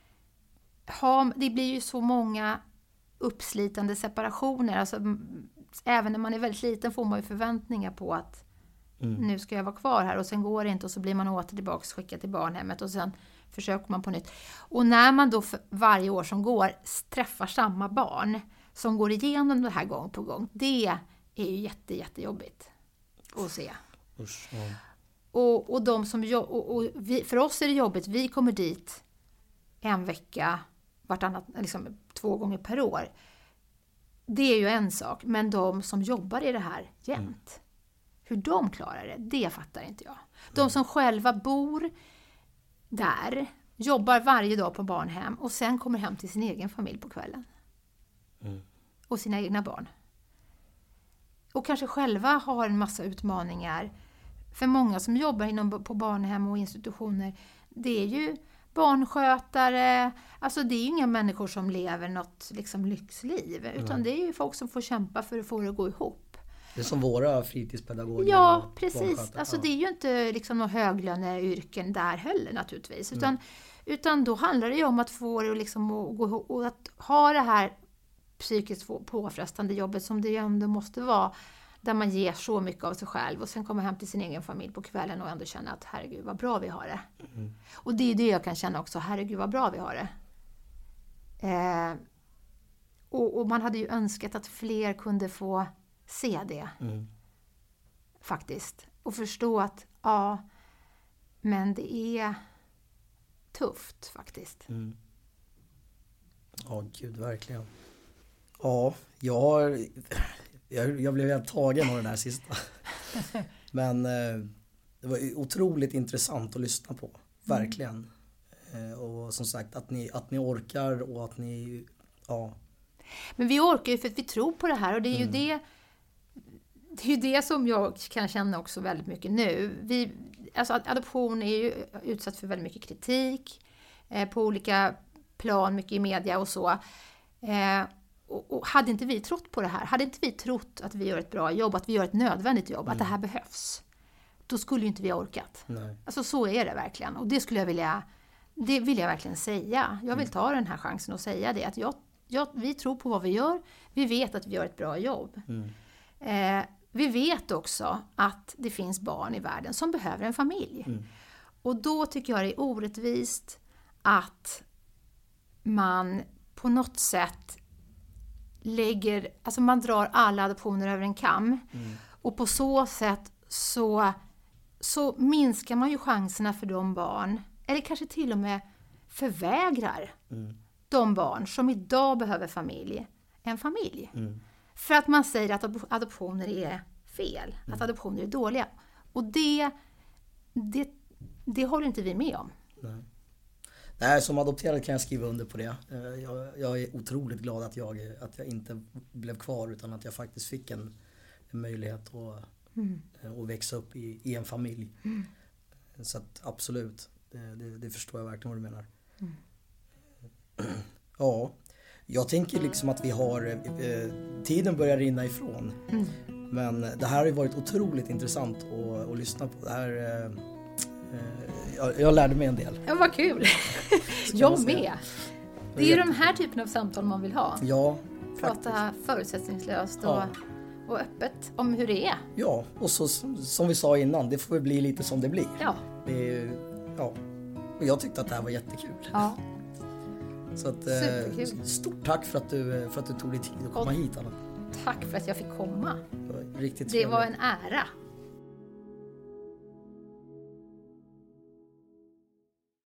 Speaker 2: har, det blir ju så många uppslitande separationer. Alltså även när man är väldigt liten får man ju förväntningar på att mm. nu ska jag vara kvar här, och sen går det inte och så blir man åter tillbaka skickad till barnhemmet och sen försöker man på nytt. Och när man då för varje år som går träffar samma barn som går igenom det här gång på gång, det är ju jätte, jättejobbigt att se.
Speaker 1: Usch, ja.
Speaker 2: och, och, de som, och, och vi, för oss är det jobbigt, vi kommer dit en vecka vartannat, liksom två gånger per år. Det är ju en sak, men de som jobbar i det här jämt, mm. hur de klarar det, det fattar inte jag. De mm. som själva bor där, jobbar varje dag på barnhem och sen kommer hem till sin egen familj på kvällen. Mm. Och sina egna barn. Och kanske själva har en massa utmaningar. För många som jobbar inom, på barnhem och institutioner, det är ju barnskötare, alltså det är ju inga människor som lever något liksom lyxliv, utan mm. det är ju folk som får kämpa för att få det att gå ihop.
Speaker 1: Det är som våra fritidspedagoger.
Speaker 2: Ja, precis. Alltså ja. Det är ju inte liksom några höglöneyrken där heller naturligtvis, utan, mm. utan då handlar det ju om att få det liksom att gå ihop och att ha det här psykiskt påfrestande jobbet som det ju ändå måste vara, där man ger så mycket av sig själv och sen kommer hem till sin egen familj på kvällen och ändå känna att herregud vad bra vi har det. Mm. Och det är det jag kan känna också, herregud vad bra vi har det. Eh, och, och man hade ju önskat att fler kunde få se det. Mm. Faktiskt. Och förstå att ja, men det är tufft faktiskt. Mm.
Speaker 1: Ja, gud verkligen. Ja, jag har... Jag, jag blev helt tagen av den här sista. Men eh, det var otroligt intressant att lyssna på. Verkligen. Mm. Eh, och som sagt, att ni, att ni orkar och att ni... Ja.
Speaker 2: Men vi orkar ju för att vi tror på det här. Och det är ju, mm. det, det, är ju det som jag kan känna också väldigt mycket nu. Vi, alltså adoption är ju utsatt för väldigt mycket kritik. Eh, på olika plan, mycket i media och så. Eh, Och, och hade inte vi trott på det här, hade inte vi trott att vi gör ett bra jobb, att vi gör ett nödvändigt jobb, mm. att det här behövs, då skulle ju inte vi ha orkat. Nej. Alltså så är det verkligen. Och det skulle jag vilja, det vill jag verkligen säga. Jag vill ta den här chansen och säga det. Att jag, jag, vi tror på vad vi gör, vi vet att vi gör ett bra jobb. Mm. Eh, vi vet också att det finns barn i världen som behöver en familj. Mm. Och då tycker jag det är orättvist att man på något sätt lägger, alltså man drar alla adoptioner över en kam. Mm. Och på så sätt så, så minskar man ju chanserna för de barn, eller kanske till och med förvägrar mm. de barn som idag behöver familj, en familj. Mm. För att man säger att adoptioner är fel, mm. att adoptioner är dåliga. Och det, det, det håller inte vi med om.
Speaker 1: Nej. Nej, som adopterad kan jag skriva under på det. Jag, jag är otroligt glad att jag, att jag inte blev kvar, utan att jag faktiskt fick en, en möjlighet att, mm. att växa upp i, i en familj. Mm. Så att absolut, det, det, det förstår jag verkligen vad du menar. Mm. Ja, jag tänker liksom att vi har, eh, tiden börjar rinna ifrån. Mm. Men det här har ju varit otroligt intressant att, att lyssna på. Det här, eh, jag, jag lärde mig en del.
Speaker 2: Ja, vad kul! Jag med! Det är ju de här typen av samtal man vill ha.
Speaker 1: Ja,
Speaker 2: Prata
Speaker 1: faktiskt.
Speaker 2: förutsättningslöst och,
Speaker 1: Ja.
Speaker 2: och öppet om hur det är.
Speaker 1: Ja, och så, som vi sa innan, det får bli lite som det blir.
Speaker 2: Ja.
Speaker 1: Det är, ja. Och jag tyckte att det här var jättekul.
Speaker 2: Ja.
Speaker 1: Så att,
Speaker 2: Superkul.
Speaker 1: stort tack för att du, för att du tog dig tid att komma
Speaker 2: Och
Speaker 1: hit, Anna.
Speaker 2: tack för att jag fick komma.
Speaker 1: Det var riktigt
Speaker 2: Det
Speaker 1: trevligt.
Speaker 2: var en ära.